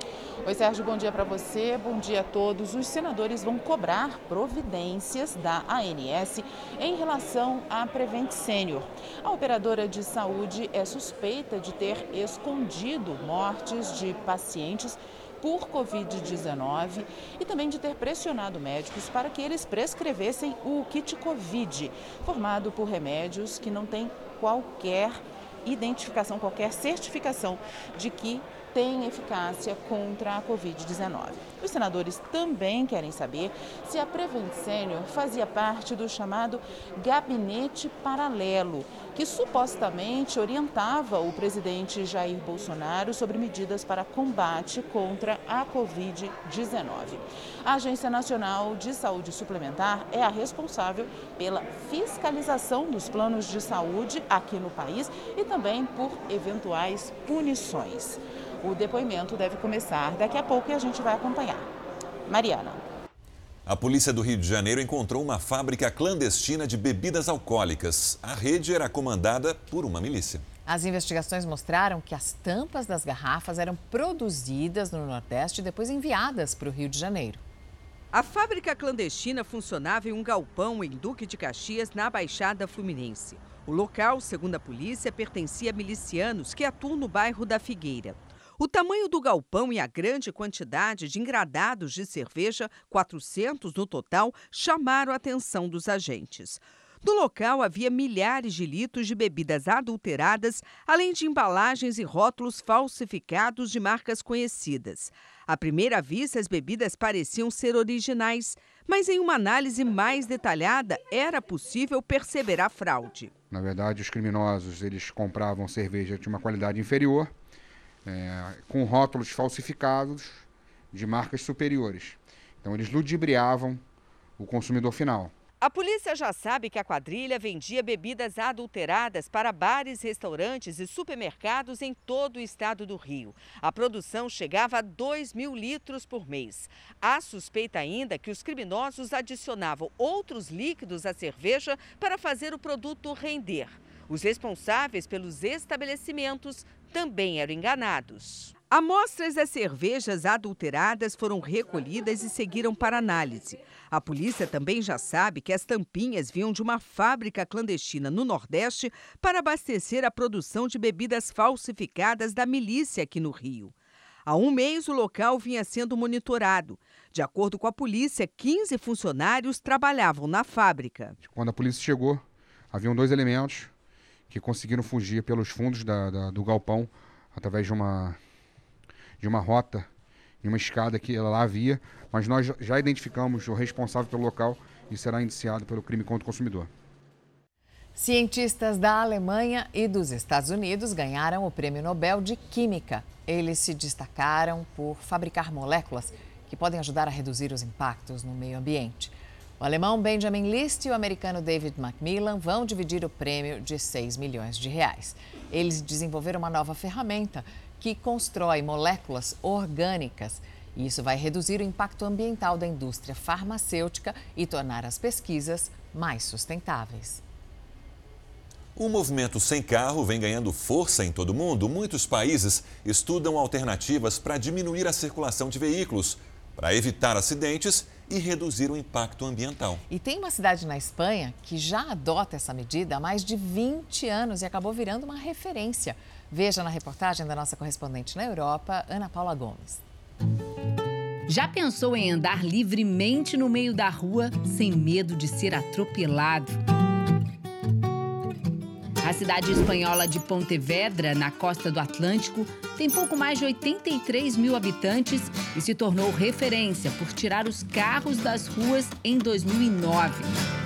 Oi, Sérgio, bom dia para você, bom dia a todos. Os senadores vão cobrar providências da A N S em relação à Prevent Senior. A operadora de saúde é suspeita de ter escondido mortes de pacientes por covid dezenove e também de ter pressionado médicos para que eles prescrevessem o kit Covid, formado por remédios que não têm qualquer identificação, qualquer certificação de que tem eficácia contra a covid dezenove. Os senadores também querem saber se a Prevent Senior fazia parte do chamado gabinete paralelo, que supostamente orientava o presidente Jair Bolsonaro sobre medidas para combate contra a covid dezenove. A Agência Nacional de Saúde Suplementar é a responsável pela fiscalização dos planos de saúde aqui no país e também por eventuais punições. O depoimento deve começar daqui a pouco e a gente vai acompanhar. Mariana. A polícia do Rio de Janeiro encontrou uma fábrica clandestina de bebidas alcoólicas. A rede era comandada por uma milícia. As investigações mostraram que as tampas das garrafas eram produzidas no Nordeste e depois enviadas para o Rio de Janeiro. A fábrica clandestina funcionava em um galpão em Duque de Caxias, na Baixada Fluminense. O local, segundo a polícia, pertencia a milicianos que atuam no bairro da Figueira. O tamanho do galpão e a grande quantidade de engradados de cerveja, quatrocentos no total, chamaram a atenção dos agentes. No local havia milhares de litros de bebidas adulteradas, além de embalagens e rótulos falsificados de marcas conhecidas. À primeira vista, as bebidas pareciam ser originais, mas em uma análise mais detalhada era possível perceber a fraude. Na verdade, os criminosos eles compravam cerveja de uma qualidade inferior, é, com rótulos falsificados de marcas superiores. Então, eles ludibriavam o consumidor final. A polícia já sabe que a quadrilha vendia bebidas adulteradas para bares, restaurantes e supermercados em todo o estado do Rio. A produção chegava a dois mil litros por mês. Há suspeita ainda que os criminosos adicionavam outros líquidos à cerveja para fazer o produto render. Os responsáveis pelos estabelecimentos também eram enganados. Amostras das cervejas adulteradas foram recolhidas e seguiram para análise. A polícia também já sabe que as tampinhas vinham de uma fábrica clandestina no Nordeste para abastecer a produção de bebidas falsificadas da milícia aqui no Rio. Há um mês, o local vinha sendo monitorado. De acordo com a polícia, quinze funcionários trabalhavam na fábrica. Quando a polícia chegou, haviam dois elementos que conseguiram fugir pelos fundos da, da, do galpão através de uma... de uma rota, de uma escada que lá havia, mas nós já identificamos o responsável pelo local e será indiciado pelo crime contra o consumidor. Cientistas da Alemanha e dos Estados Unidos ganharam o Prêmio Nobel de Química. Eles se destacaram por fabricar moléculas que podem ajudar a reduzir os impactos no meio ambiente. O alemão Benjamin List e o americano David Macmillan vão dividir o prêmio de seis milhões de reais. Eles desenvolveram uma nova ferramenta que constrói moléculas orgânicas. E isso vai reduzir o impacto ambiental da indústria farmacêutica e tornar as pesquisas mais sustentáveis. O movimento sem carro vem ganhando força em todo o mundo. Muitos países estudam alternativas para diminuir a circulação de veículos, para evitar acidentes e reduzir o impacto ambiental. E tem uma cidade na Espanha que já adota essa medida há mais de vinte anos e acabou virando uma referência. Veja na reportagem da nossa correspondente na Europa, Ana Paula Gomes. Já pensou em andar livremente no meio da rua sem medo de ser atropelado? A cidade espanhola de Pontevedra, na costa do Atlântico, tem pouco mais de oitenta e três mil habitantes e se tornou referência por tirar os carros das ruas em dois mil e nove.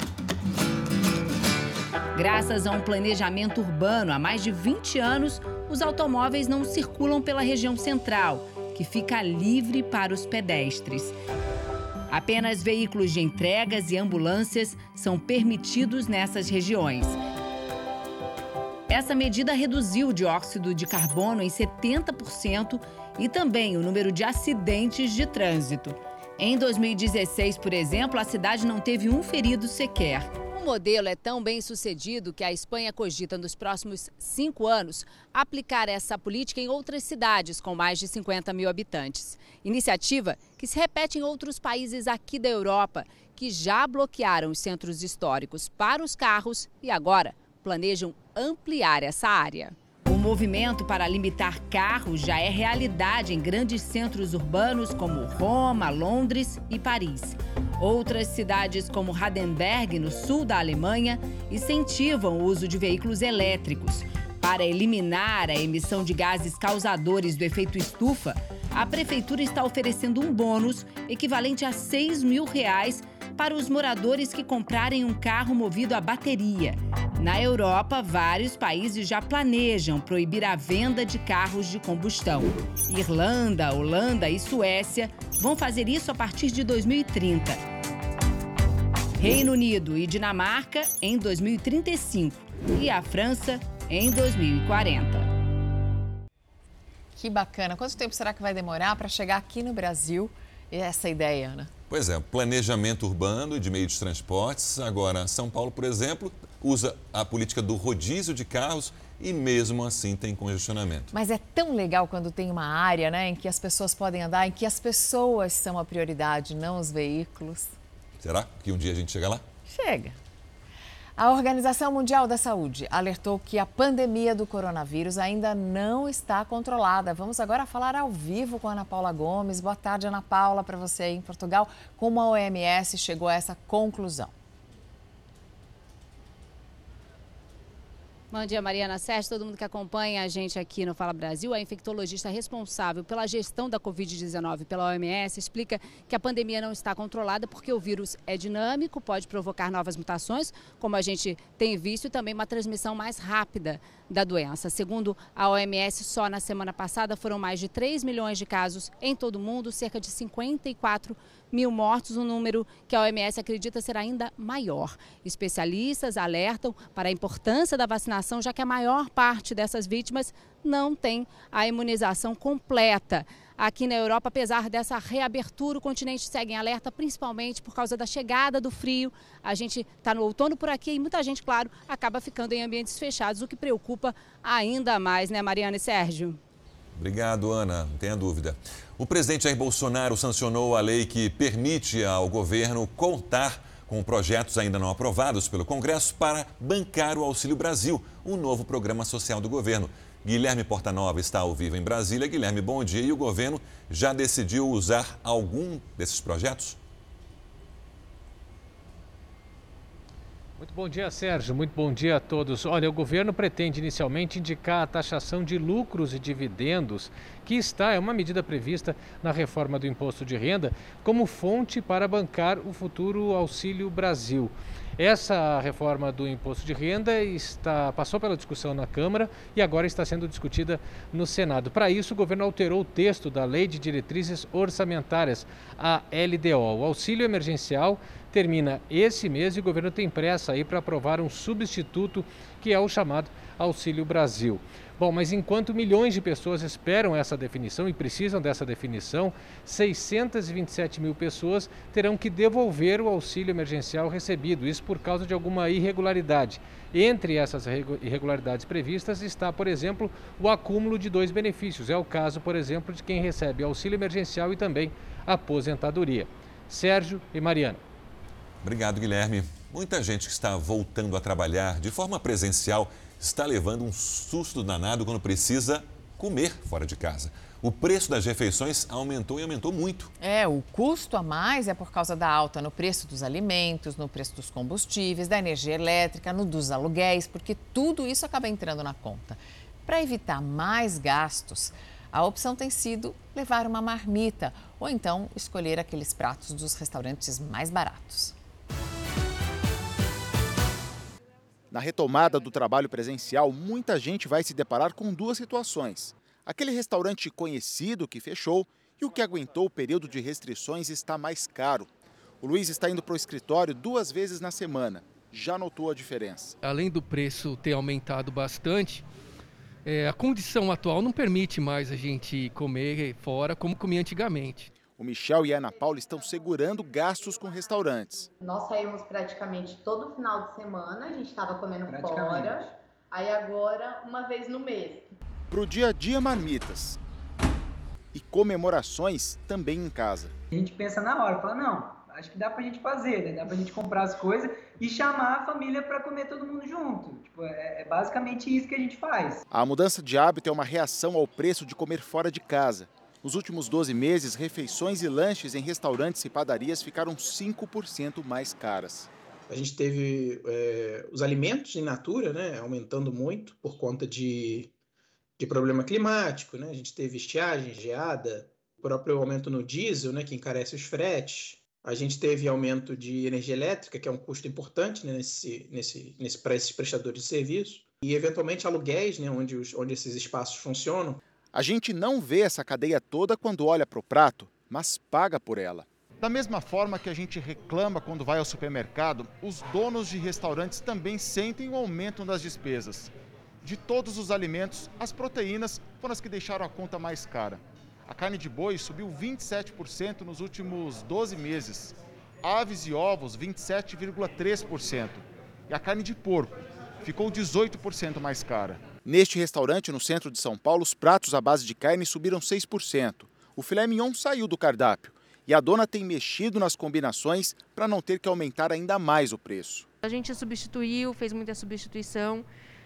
Graças a um planejamento urbano há mais de vinte anos, os automóveis não circulam pela região central, que fica livre para os pedestres. Apenas veículos de entregas e ambulâncias são permitidos nessas regiões. Essa medida reduziu o dióxido de carbono em setenta por cento e também o número de acidentes de trânsito. Em dois mil e dezesseis, por exemplo, a cidade não teve um ferido sequer. modelo é tão bem sucedido que a Espanha cogita nos próximos cinco anos aplicar essa política em outras cidades com mais de cinquenta mil habitantes. Iniciativa que se repete em outros países aqui da Europa, que já bloquearam os centros históricos para os carros e agora planejam ampliar essa área. O movimento para limitar carros já é realidade em grandes centros urbanos como Roma, Londres e Paris. Outras cidades como Hardenberg, no sul da Alemanha, incentivam o uso de veículos elétricos. Para eliminar a emissão de gases causadores do efeito estufa, a prefeitura está oferecendo um bônus equivalente a seis mil reais para os moradores que comprarem um carro movido a bateria. Na Europa, vários países já planejam proibir a venda de carros de combustão. Irlanda, Holanda e Suécia vão fazer isso a partir de dois mil e trinta. Reino Unido e Dinamarca em dois mil e trinta e cinco e a França em dois mil e quarenta. Que bacana. Quanto tempo será que vai demorar para chegar aqui no Brasil essa ideia, Ana? Pois é, planejamento urbano e de meio de transportes. Agora, São Paulo, por exemplo, usa a política do rodízio de carros e mesmo assim tem congestionamento. Mas é tão legal quando tem uma área, né, em que as pessoas podem andar, em que as pessoas são a prioridade, não os veículos. Será que um dia a gente chega lá? Chega. A Organização Mundial da Saúde alertou que a pandemia do coronavírus ainda não está controlada. Vamos agora falar ao vivo com a Ana Paula Gomes. Boa tarde, Ana Paula, para você aí em Portugal. Como a O M S chegou a essa conclusão? Bom dia, Mariana Sérgio, todo mundo que acompanha a gente aqui no Fala Brasil. A infectologista responsável pela gestão da covid dezenove pela O M S explica que a pandemia não está controlada porque o vírus é dinâmico, pode provocar novas mutações, como a gente tem visto, e também uma transmissão mais rápida da doença. Segundo a O M S, só na semana passada foram mais de três milhões de casos em todo o mundo, cerca de cinquenta e quatro mil mortos, um número que a O M S acredita ser ainda maior. Especialistas alertam para a importância da vacinação, já que a maior parte dessas vítimas não tem a imunização completa. Aqui na Europa, apesar dessa reabertura, o continente segue em alerta, principalmente por causa da chegada do frio. A gente está no outono por aqui e muita gente, claro, acaba ficando em ambientes fechados, o que preocupa ainda mais, né, Mariana e Sérgio? Obrigado, Ana. Não tenha dúvida. O presidente Jair Bolsonaro sancionou a lei que permite ao governo contar com projetos ainda não aprovados pelo Congresso para bancar o Auxílio Brasil, um novo programa social do governo. Guilherme Portanova está ao vivo em Brasília. Guilherme, bom dia. E o governo já decidiu usar algum desses projetos? Muito bom dia, Sérgio. Muito bom dia a todos. Olha, o governo pretende inicialmente indicar a taxação de lucros e dividendos, que está, é uma medida prevista na reforma do imposto de renda, como fonte para bancar o futuro Auxílio Brasil. Essa reforma do imposto de renda está, passou pela discussão na Câmara e agora está sendo discutida no Senado. Para isso, o governo alterou o texto da Lei de Diretrizes Orçamentárias, a L D O. O auxílio emergencial termina esse mês e o governo tem pressa aí para aprovar um substituto, que é o chamado Auxílio Brasil. Bom, mas enquanto milhões de pessoas esperam essa definição e precisam dessa definição, seiscentas e vinte e sete mil pessoas terão que devolver o auxílio emergencial recebido, isso por causa de alguma irregularidade. Entre essas irregularidades previstas está, por exemplo, o acúmulo de dois benefícios. É o caso, por exemplo, de quem recebe auxílio emergencial e também aposentadoria. Sérgio e Mariana. Obrigado, Guilherme. Muita gente que está voltando a trabalhar de forma presencial está levando um susto danado quando precisa comer fora de casa. O preço das refeições aumentou e aumentou muito. É, o custo a mais é por causa da alta no preço dos alimentos, no preço dos combustíveis, da energia elétrica, no dos aluguéis, porque tudo isso acaba entrando na conta. Para evitar mais gastos, a opção tem sido levar uma marmita ou então escolher aqueles pratos dos restaurantes mais baratos. Na retomada do trabalho presencial, muita gente vai se deparar com duas situações. Aquele restaurante conhecido que fechou e o que aguentou o período de restrições está mais caro. O Luiz está indo para o escritório duas vezes na semana. Já notou a diferença? Além do preço ter aumentado bastante, é, a condição atual não permite mais a gente comer fora como comia antigamente. O Michel e a Ana Paula estão segurando gastos com restaurantes. Nós saímos praticamente todo final de semana, a gente estava comendo fora, aí agora uma vez no mês. Para o dia a dia, marmitas. E comemorações também em casa. A gente pensa na hora, fala, não, acho que dá pra gente fazer, né? Dá pra gente comprar as coisas e chamar a família para comer todo mundo junto. Tipo, é, é basicamente isso que a gente faz. A mudança de hábito é uma reação ao preço de comer fora de casa. Nos últimos doze meses, refeições e lanches em restaurantes e padarias ficaram cinco por cento mais caras. A gente teve é, os alimentos in natura, né, aumentando muito por conta de, de problema climático, né? A gente teve estiagem, geada, o próprio aumento no diesel, né, que encarece os fretes. A gente teve aumento de energia elétrica, que é um custo importante, né, nesse, nesse, nesse, para esses prestadores de serviço. E, eventualmente, aluguéis, né, onde, os, onde esses espaços funcionam. A gente não vê essa cadeia toda quando olha para o prato, mas paga por ela. Da mesma forma que a gente reclama quando vai ao supermercado, os donos de restaurantes também sentem o aumento das despesas. De todos os alimentos, as proteínas foram as que deixaram a conta mais cara. A carne de boi subiu vinte e sete por cento nos últimos doze meses. Aves e ovos, vinte e sete vírgula três por cento. E a carne de porco ficou dezoito por cento mais cara. Neste restaurante, no centro de São Paulo, os pratos à base de carne subiram seis por cento. O filé mignon saiu do cardápio. E a dona tem mexido nas combinações para não ter que aumentar ainda mais o preço. A gente substituiu, fez muita substituição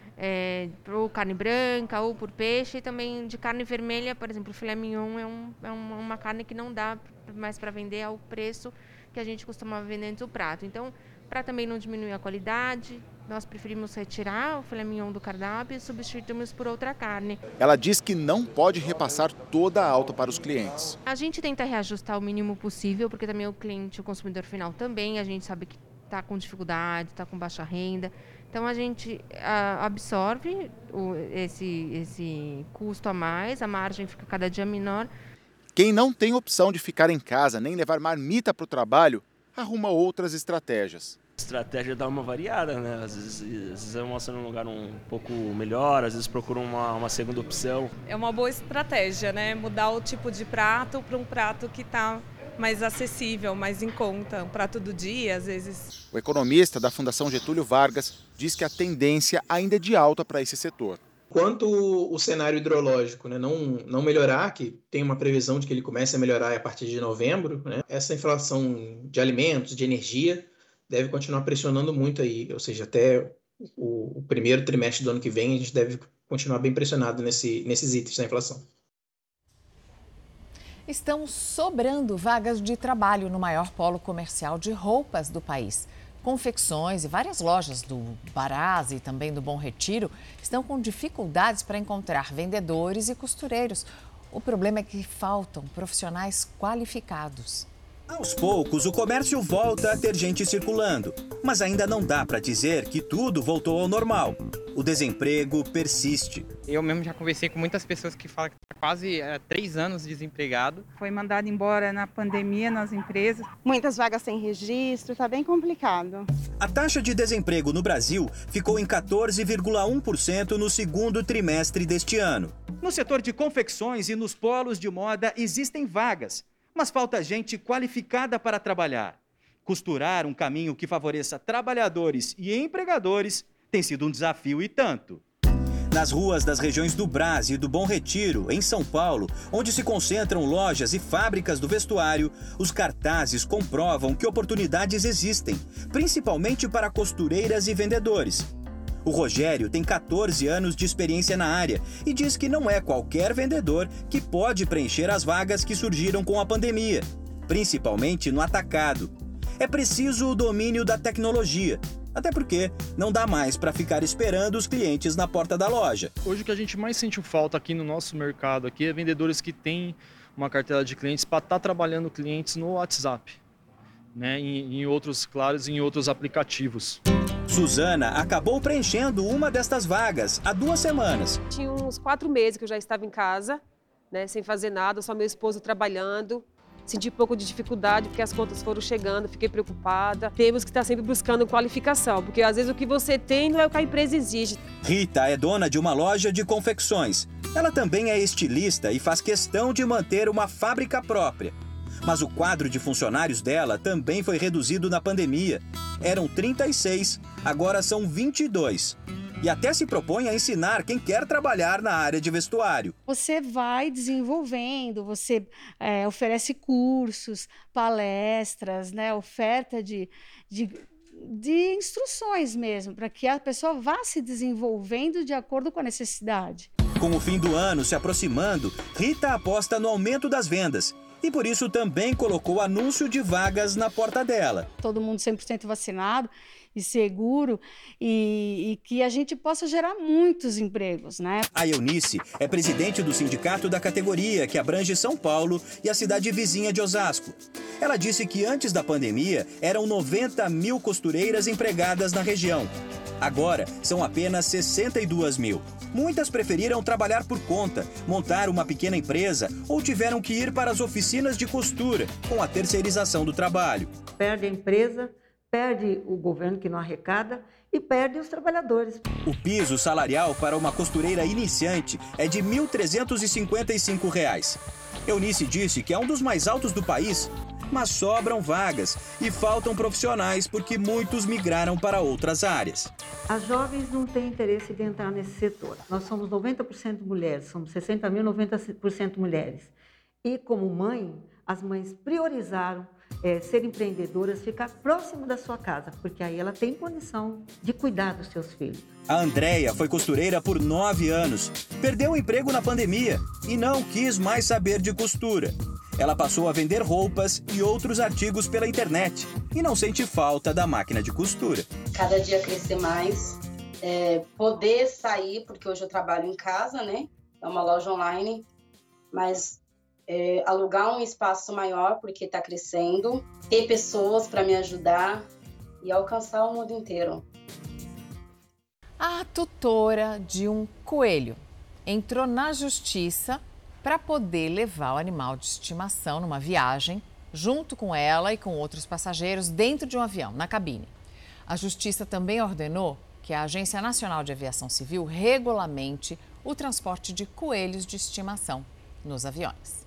é, por carne branca ou por peixe e também de carne vermelha. Por exemplo, o filé mignon é, um, é uma carne que não dá mais para vender ao preço que a gente costumava vender antes do prato. Então, para também não diminuir a qualidade, nós preferimos retirar o filé mignon do cardápio e substituímos por outra carne. Ela diz que não pode repassar toda a alta para os clientes. A gente tenta reajustar o mínimo possível, porque também o cliente, o consumidor final também, a gente sabe que está com dificuldade, está com baixa renda. Então a gente a, absorve o, esse, esse custo a mais, a margem fica cada dia menor. Quem não tem opção de ficar em casa nem levar marmita para o trabalho, arruma outras estratégias. A estratégia é dar uma variada, né? Às vezes, às vezes almoça num lugar um pouco melhor, às vezes procura uma, uma segunda opção. É uma boa estratégia, né? Mudar o tipo de prato para um prato que está mais acessível, mais em conta, um prato do dia, às vezes. O economista da Fundação Getúlio Vargas diz que a tendência ainda é de alta para esse setor. Enquanto o cenário hidrológico, né, não, não melhorar, que tem uma previsão de que ele comece a melhorar a partir de novembro, né, essa inflação de alimentos, de energia, deve continuar pressionando muito aí, ou seja, até o, o primeiro trimestre do ano que vem a gente deve continuar bem pressionado nesse, nesses itens da inflação. Estão sobrando vagas de trabalho no maior polo comercial de roupas do país. Confecções e várias lojas do Barás e também do Bom Retiro estão com dificuldades para encontrar vendedores e costureiros. O problema é que faltam profissionais qualificados. Aos poucos, o comércio volta a ter gente circulando, mas ainda não dá para dizer que tudo voltou ao normal. O desemprego persiste. Eu mesmo já conversei com muitas pessoas que falam que está quase é, três anos desempregado. Foi mandado embora na pandemia nas empresas. Muitas vagas sem registro, está bem complicado. A taxa de desemprego no Brasil ficou em quatorze vírgula um por cento no segundo trimestre deste ano. No setor de confecções e nos polos de moda existem vagas, mas falta gente qualificada para trabalhar. Costurar um caminho que favoreça trabalhadores e empregadores tem sido um desafio e tanto. Nas ruas das regiões do Brás e do Bom Retiro, em São Paulo, onde se concentram lojas e fábricas do vestuário, os cartazes comprovam que oportunidades existem, principalmente para costureiras e vendedores. O Rogério tem quatorze anos de experiência na área e diz que não é qualquer vendedor que pode preencher as vagas que surgiram com a pandemia, principalmente no atacado. É preciso o domínio da tecnologia, até porque não dá mais para ficar esperando os clientes na porta da loja. Hoje o que a gente mais sente falta aqui no nosso mercado aqui é vendedores que têm uma cartela de clientes para estar tá trabalhando clientes no WhatsApp, né? em, em outros, claro, em outros aplicativos. Suzana acabou preenchendo uma destas vagas há duas semanas. Tinha uns quatro meses que eu já estava em casa, né, sem fazer nada, só meu esposo trabalhando. Senti um pouco de dificuldade porque as contas foram chegando, fiquei preocupada. Temos que estar sempre buscando qualificação, porque às vezes o que você tem não é o que a empresa exige. Rita é dona de uma loja de confecções. Ela também é estilista e faz questão de manter uma fábrica própria. Mas o quadro de funcionários dela também foi reduzido na pandemia. Eram trinta e seis, agora são vinte e dois. E até se propõe a ensinar quem quer trabalhar na área de vestuário. Você vai desenvolvendo, você é, oferece cursos, palestras, né, oferta de, de, de instruções mesmo, para que a pessoa vá se desenvolvendo de acordo com a necessidade. Com o fim do ano se aproximando, Rita aposta no aumento das vendas. E por isso também colocou anúncio de vagas na porta dela. Todo mundo cem por cento vacinado e seguro e, e que a gente possa gerar muitos empregos, né? A Eunice é presidente do sindicato da categoria, que abrange São Paulo e a cidade vizinha de Osasco. Ela disse que antes da pandemia eram noventa mil costureiras empregadas na região. Agora são apenas sessenta e duas mil. Muitas preferiram trabalhar por conta, montar uma pequena empresa ou tiveram que ir para as oficinas de costura com a terceirização do trabalho. Perde a empresa, perde o governo que não arrecada e perde os trabalhadores. O piso salarial para uma costureira iniciante é de mil trezentos e cinquenta e cinco reais. Eunice disse que é um dos mais altos do país, mas sobram vagas e faltam profissionais porque muitos migraram para outras áreas. As jovens não têm interesse de entrar nesse setor. Nós somos noventa por cento mulheres, somos sessenta mil, noventa por cento mulheres. E como mãe, as mães priorizaram é, ser empreendedoras, ficar próximo da sua casa, porque aí ela tem condição de cuidar dos seus filhos. A Andréia foi costureira por nove anos, perdeu o emprego na pandemia e não quis mais saber de costura. Ela passou a vender roupas e outros artigos pela internet e não sente falta da máquina de costura. Cada dia crescer mais, é, poder sair, porque hoje eu trabalho em casa, né? É uma loja online, mas é, alugar um espaço maior, porque está crescendo, ter pessoas para me ajudar e alcançar o mundo inteiro. A tutora de um coelho entrou na justiça para poder levar o animal de estimação numa viagem, junto com ela e com outros passageiros dentro de um avião, na cabine. A Justiça também ordenou que a Agência Nacional de Aviação Civil regulamente o transporte de coelhos de estimação nos aviões.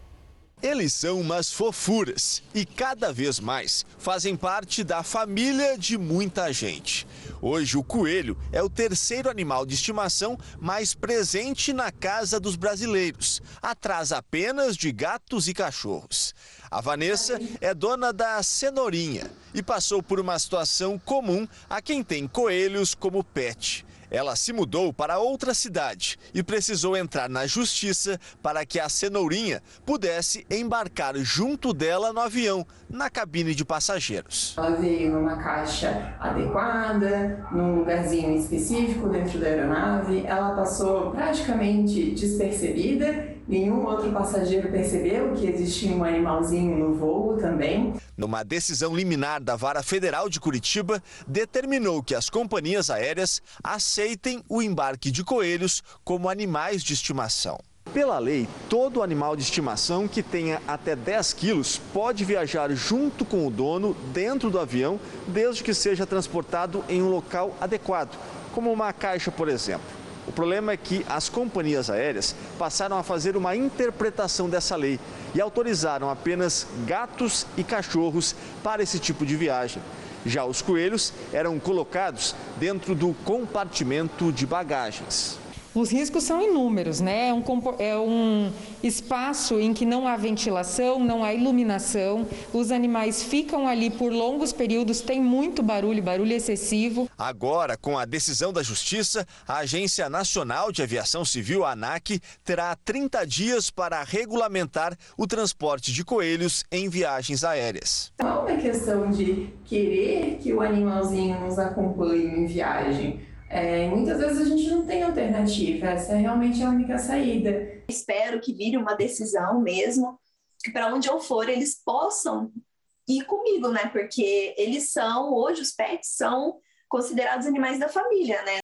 Eles são umas fofuras e cada vez mais fazem parte da família de muita gente. Hoje o coelho é o terceiro animal de estimação mais presente na casa dos brasileiros, atrás apenas de gatos e cachorros. A Vanessa é dona da Cenourinha e passou por uma situação comum a quem tem coelhos como pet. Ela se mudou para outra cidade e precisou entrar na justiça para que a Cenourinha pudesse embarcar junto dela no avião, na cabine de passageiros. Ela veio numa caixa adequada, num lugarzinho específico dentro da aeronave. Ela passou praticamente despercebida. Nenhum outro passageiro percebeu que existia um animalzinho no voo também. Numa decisão liminar da Vara Federal de Curitiba, determinou que as companhias aéreas aceitem o embarque de coelhos como animais de estimação. Pela lei, todo animal de estimação que tenha até dez quilos pode viajar junto com o dono dentro do avião, desde que seja transportado em um local adequado, como uma caixa, por exemplo. O problema é que as companhias aéreas passaram a fazer uma interpretação dessa lei e autorizaram apenas gatos e cachorros para esse tipo de viagem. Já os coelhos eram colocados dentro do compartimento de bagagens. Os riscos são inúmeros, né? É um, é um espaço em que não há ventilação, não há iluminação, os animais ficam ali por longos períodos, tem muito barulho, barulho excessivo. Agora, com a decisão da Justiça, a Agência Nacional de Aviação Civil, a ANAC, terá trinta dias para regulamentar o transporte de coelhos em viagens aéreas. Não é uma questão de querer que o animalzinho nos acompanhe em viagem. É, muitas vezes a gente não tem alternativa, essa é realmente a única saída. Espero que vire uma decisão mesmo, que para onde eu for eles possam ir comigo, né? Porque eles são, hoje os pets são considerados animais da família, né?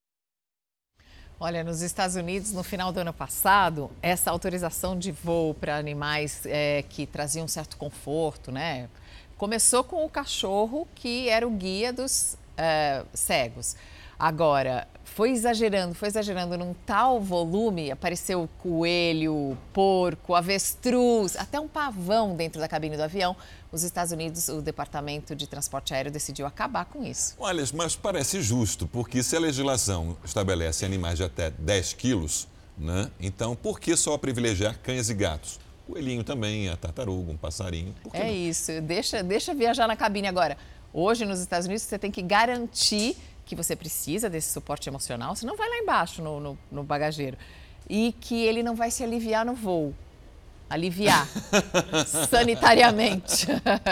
Olha, nos Estados Unidos, no final do ano passado, essa autorização de voo para animais é, que traziam um certo conforto, né? Começou com o cachorro, que era o guia dos é, cegos. Agora, foi exagerando, foi exagerando num tal volume, apareceu coelho, porco, avestruz, até um pavão dentro da cabine do avião. Os Estados Unidos, o Departamento de Transporte Aéreo decidiu acabar com isso. Olha, mas parece justo, porque se a legislação estabelece animais de até dez quilos, né? Então por que só privilegiar cães e gatos? Coelhinho também, a tartaruga, um passarinho. Por que é não? isso, deixa, deixa viajar na cabine agora. Hoje, nos Estados Unidos, você tem que garantir que você precisa desse suporte emocional, senão vai lá embaixo no, no, no bagageiro. E que ele não vai se aliviar no voo. Aliviar. Sanitariamente.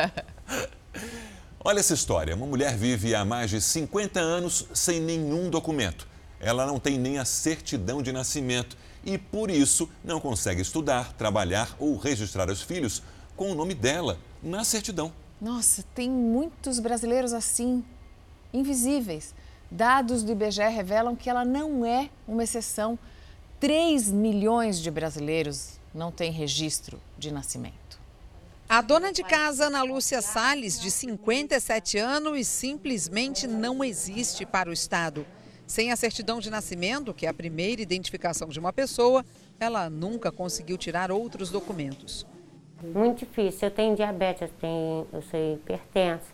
Olha essa história. Uma mulher vive há mais de cinquenta anos sem nenhum documento. Ela não tem nem a certidão de nascimento e, por isso, não consegue estudar, trabalhar ou registrar os filhos com o nome dela na certidão. Nossa, tem muitos brasileiros assim, invisíveis. Dados do I B G E revelam que ela não é uma exceção. três milhões de brasileiros não têm registro de nascimento. A dona de casa, Ana Lúcia Salles, de cinquenta e sete anos, simplesmente não existe para o Estado. Sem a certidão de nascimento, que é a primeira identificação de uma pessoa, ela nunca conseguiu tirar outros documentos. Muito difícil. Eu tenho diabetes, eu, tenho, eu sou hipertensa.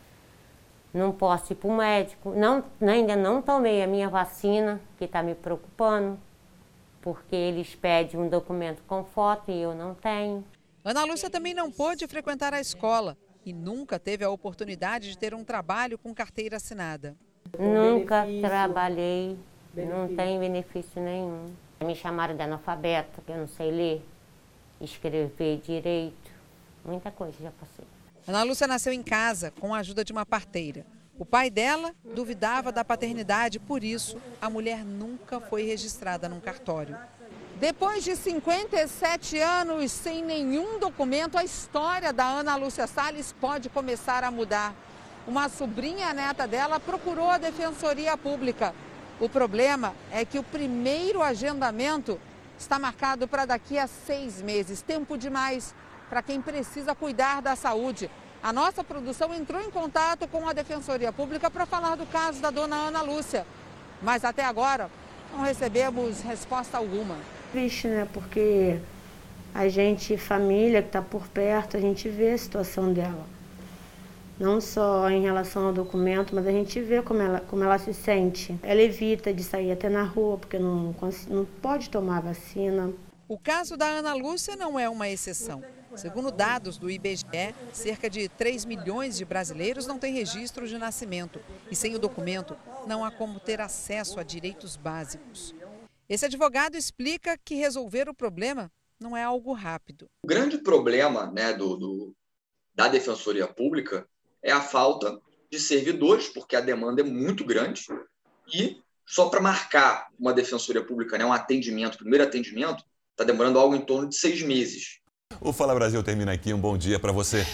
Não posso ir para o médico. Não, ainda não tomei a minha vacina, que está me preocupando, porque eles pedem um documento com foto e eu não tenho. Ana Lúcia também não pôde frequentar a escola e nunca teve a oportunidade de ter um trabalho com carteira assinada. Nunca benefício. trabalhei, benefício. Não tenho benefício nenhum. Me chamaram de analfabeta, que eu não sei ler, escrever direito, muita coisa já passei. Ana Lúcia nasceu em casa com a ajuda de uma parteira. O pai dela duvidava da paternidade, por isso a mulher nunca foi registrada num cartório. Depois de cinquenta e sete anos sem nenhum documento, a história da Ana Lúcia Salles pode começar a mudar. Uma sobrinha neta dela procurou a Defensoria Pública. O problema é que o primeiro agendamento está marcado para daqui a seis meses. Tempo demais para quem precisa cuidar da saúde. A nossa produção entrou em contato com a Defensoria Pública para falar do caso da dona Ana Lúcia. Mas até agora não recebemos resposta alguma. Triste, né? Porque a gente, família que está por perto, a gente vê a situação dela. Não só em relação ao documento, mas a gente vê como ela, como ela se sente. Ela evita de sair até na rua, porque não, não pode tomar vacina. O caso da Ana Lúcia não é uma exceção. Segundo dados do I B G E, cerca de três milhões de brasileiros não têm registro de nascimento. E sem o documento, não há como ter acesso a direitos básicos. Esse advogado explica que resolver o problema não é algo rápido. O grande problema, né, do, do, da Defensoria Pública é a falta de servidores, porque a demanda é muito grande. E só para marcar uma Defensoria Pública, né, um atendimento, primeiro atendimento, está demorando algo em torno de seis meses. O Fala Brasil termina aqui. Um bom dia para você.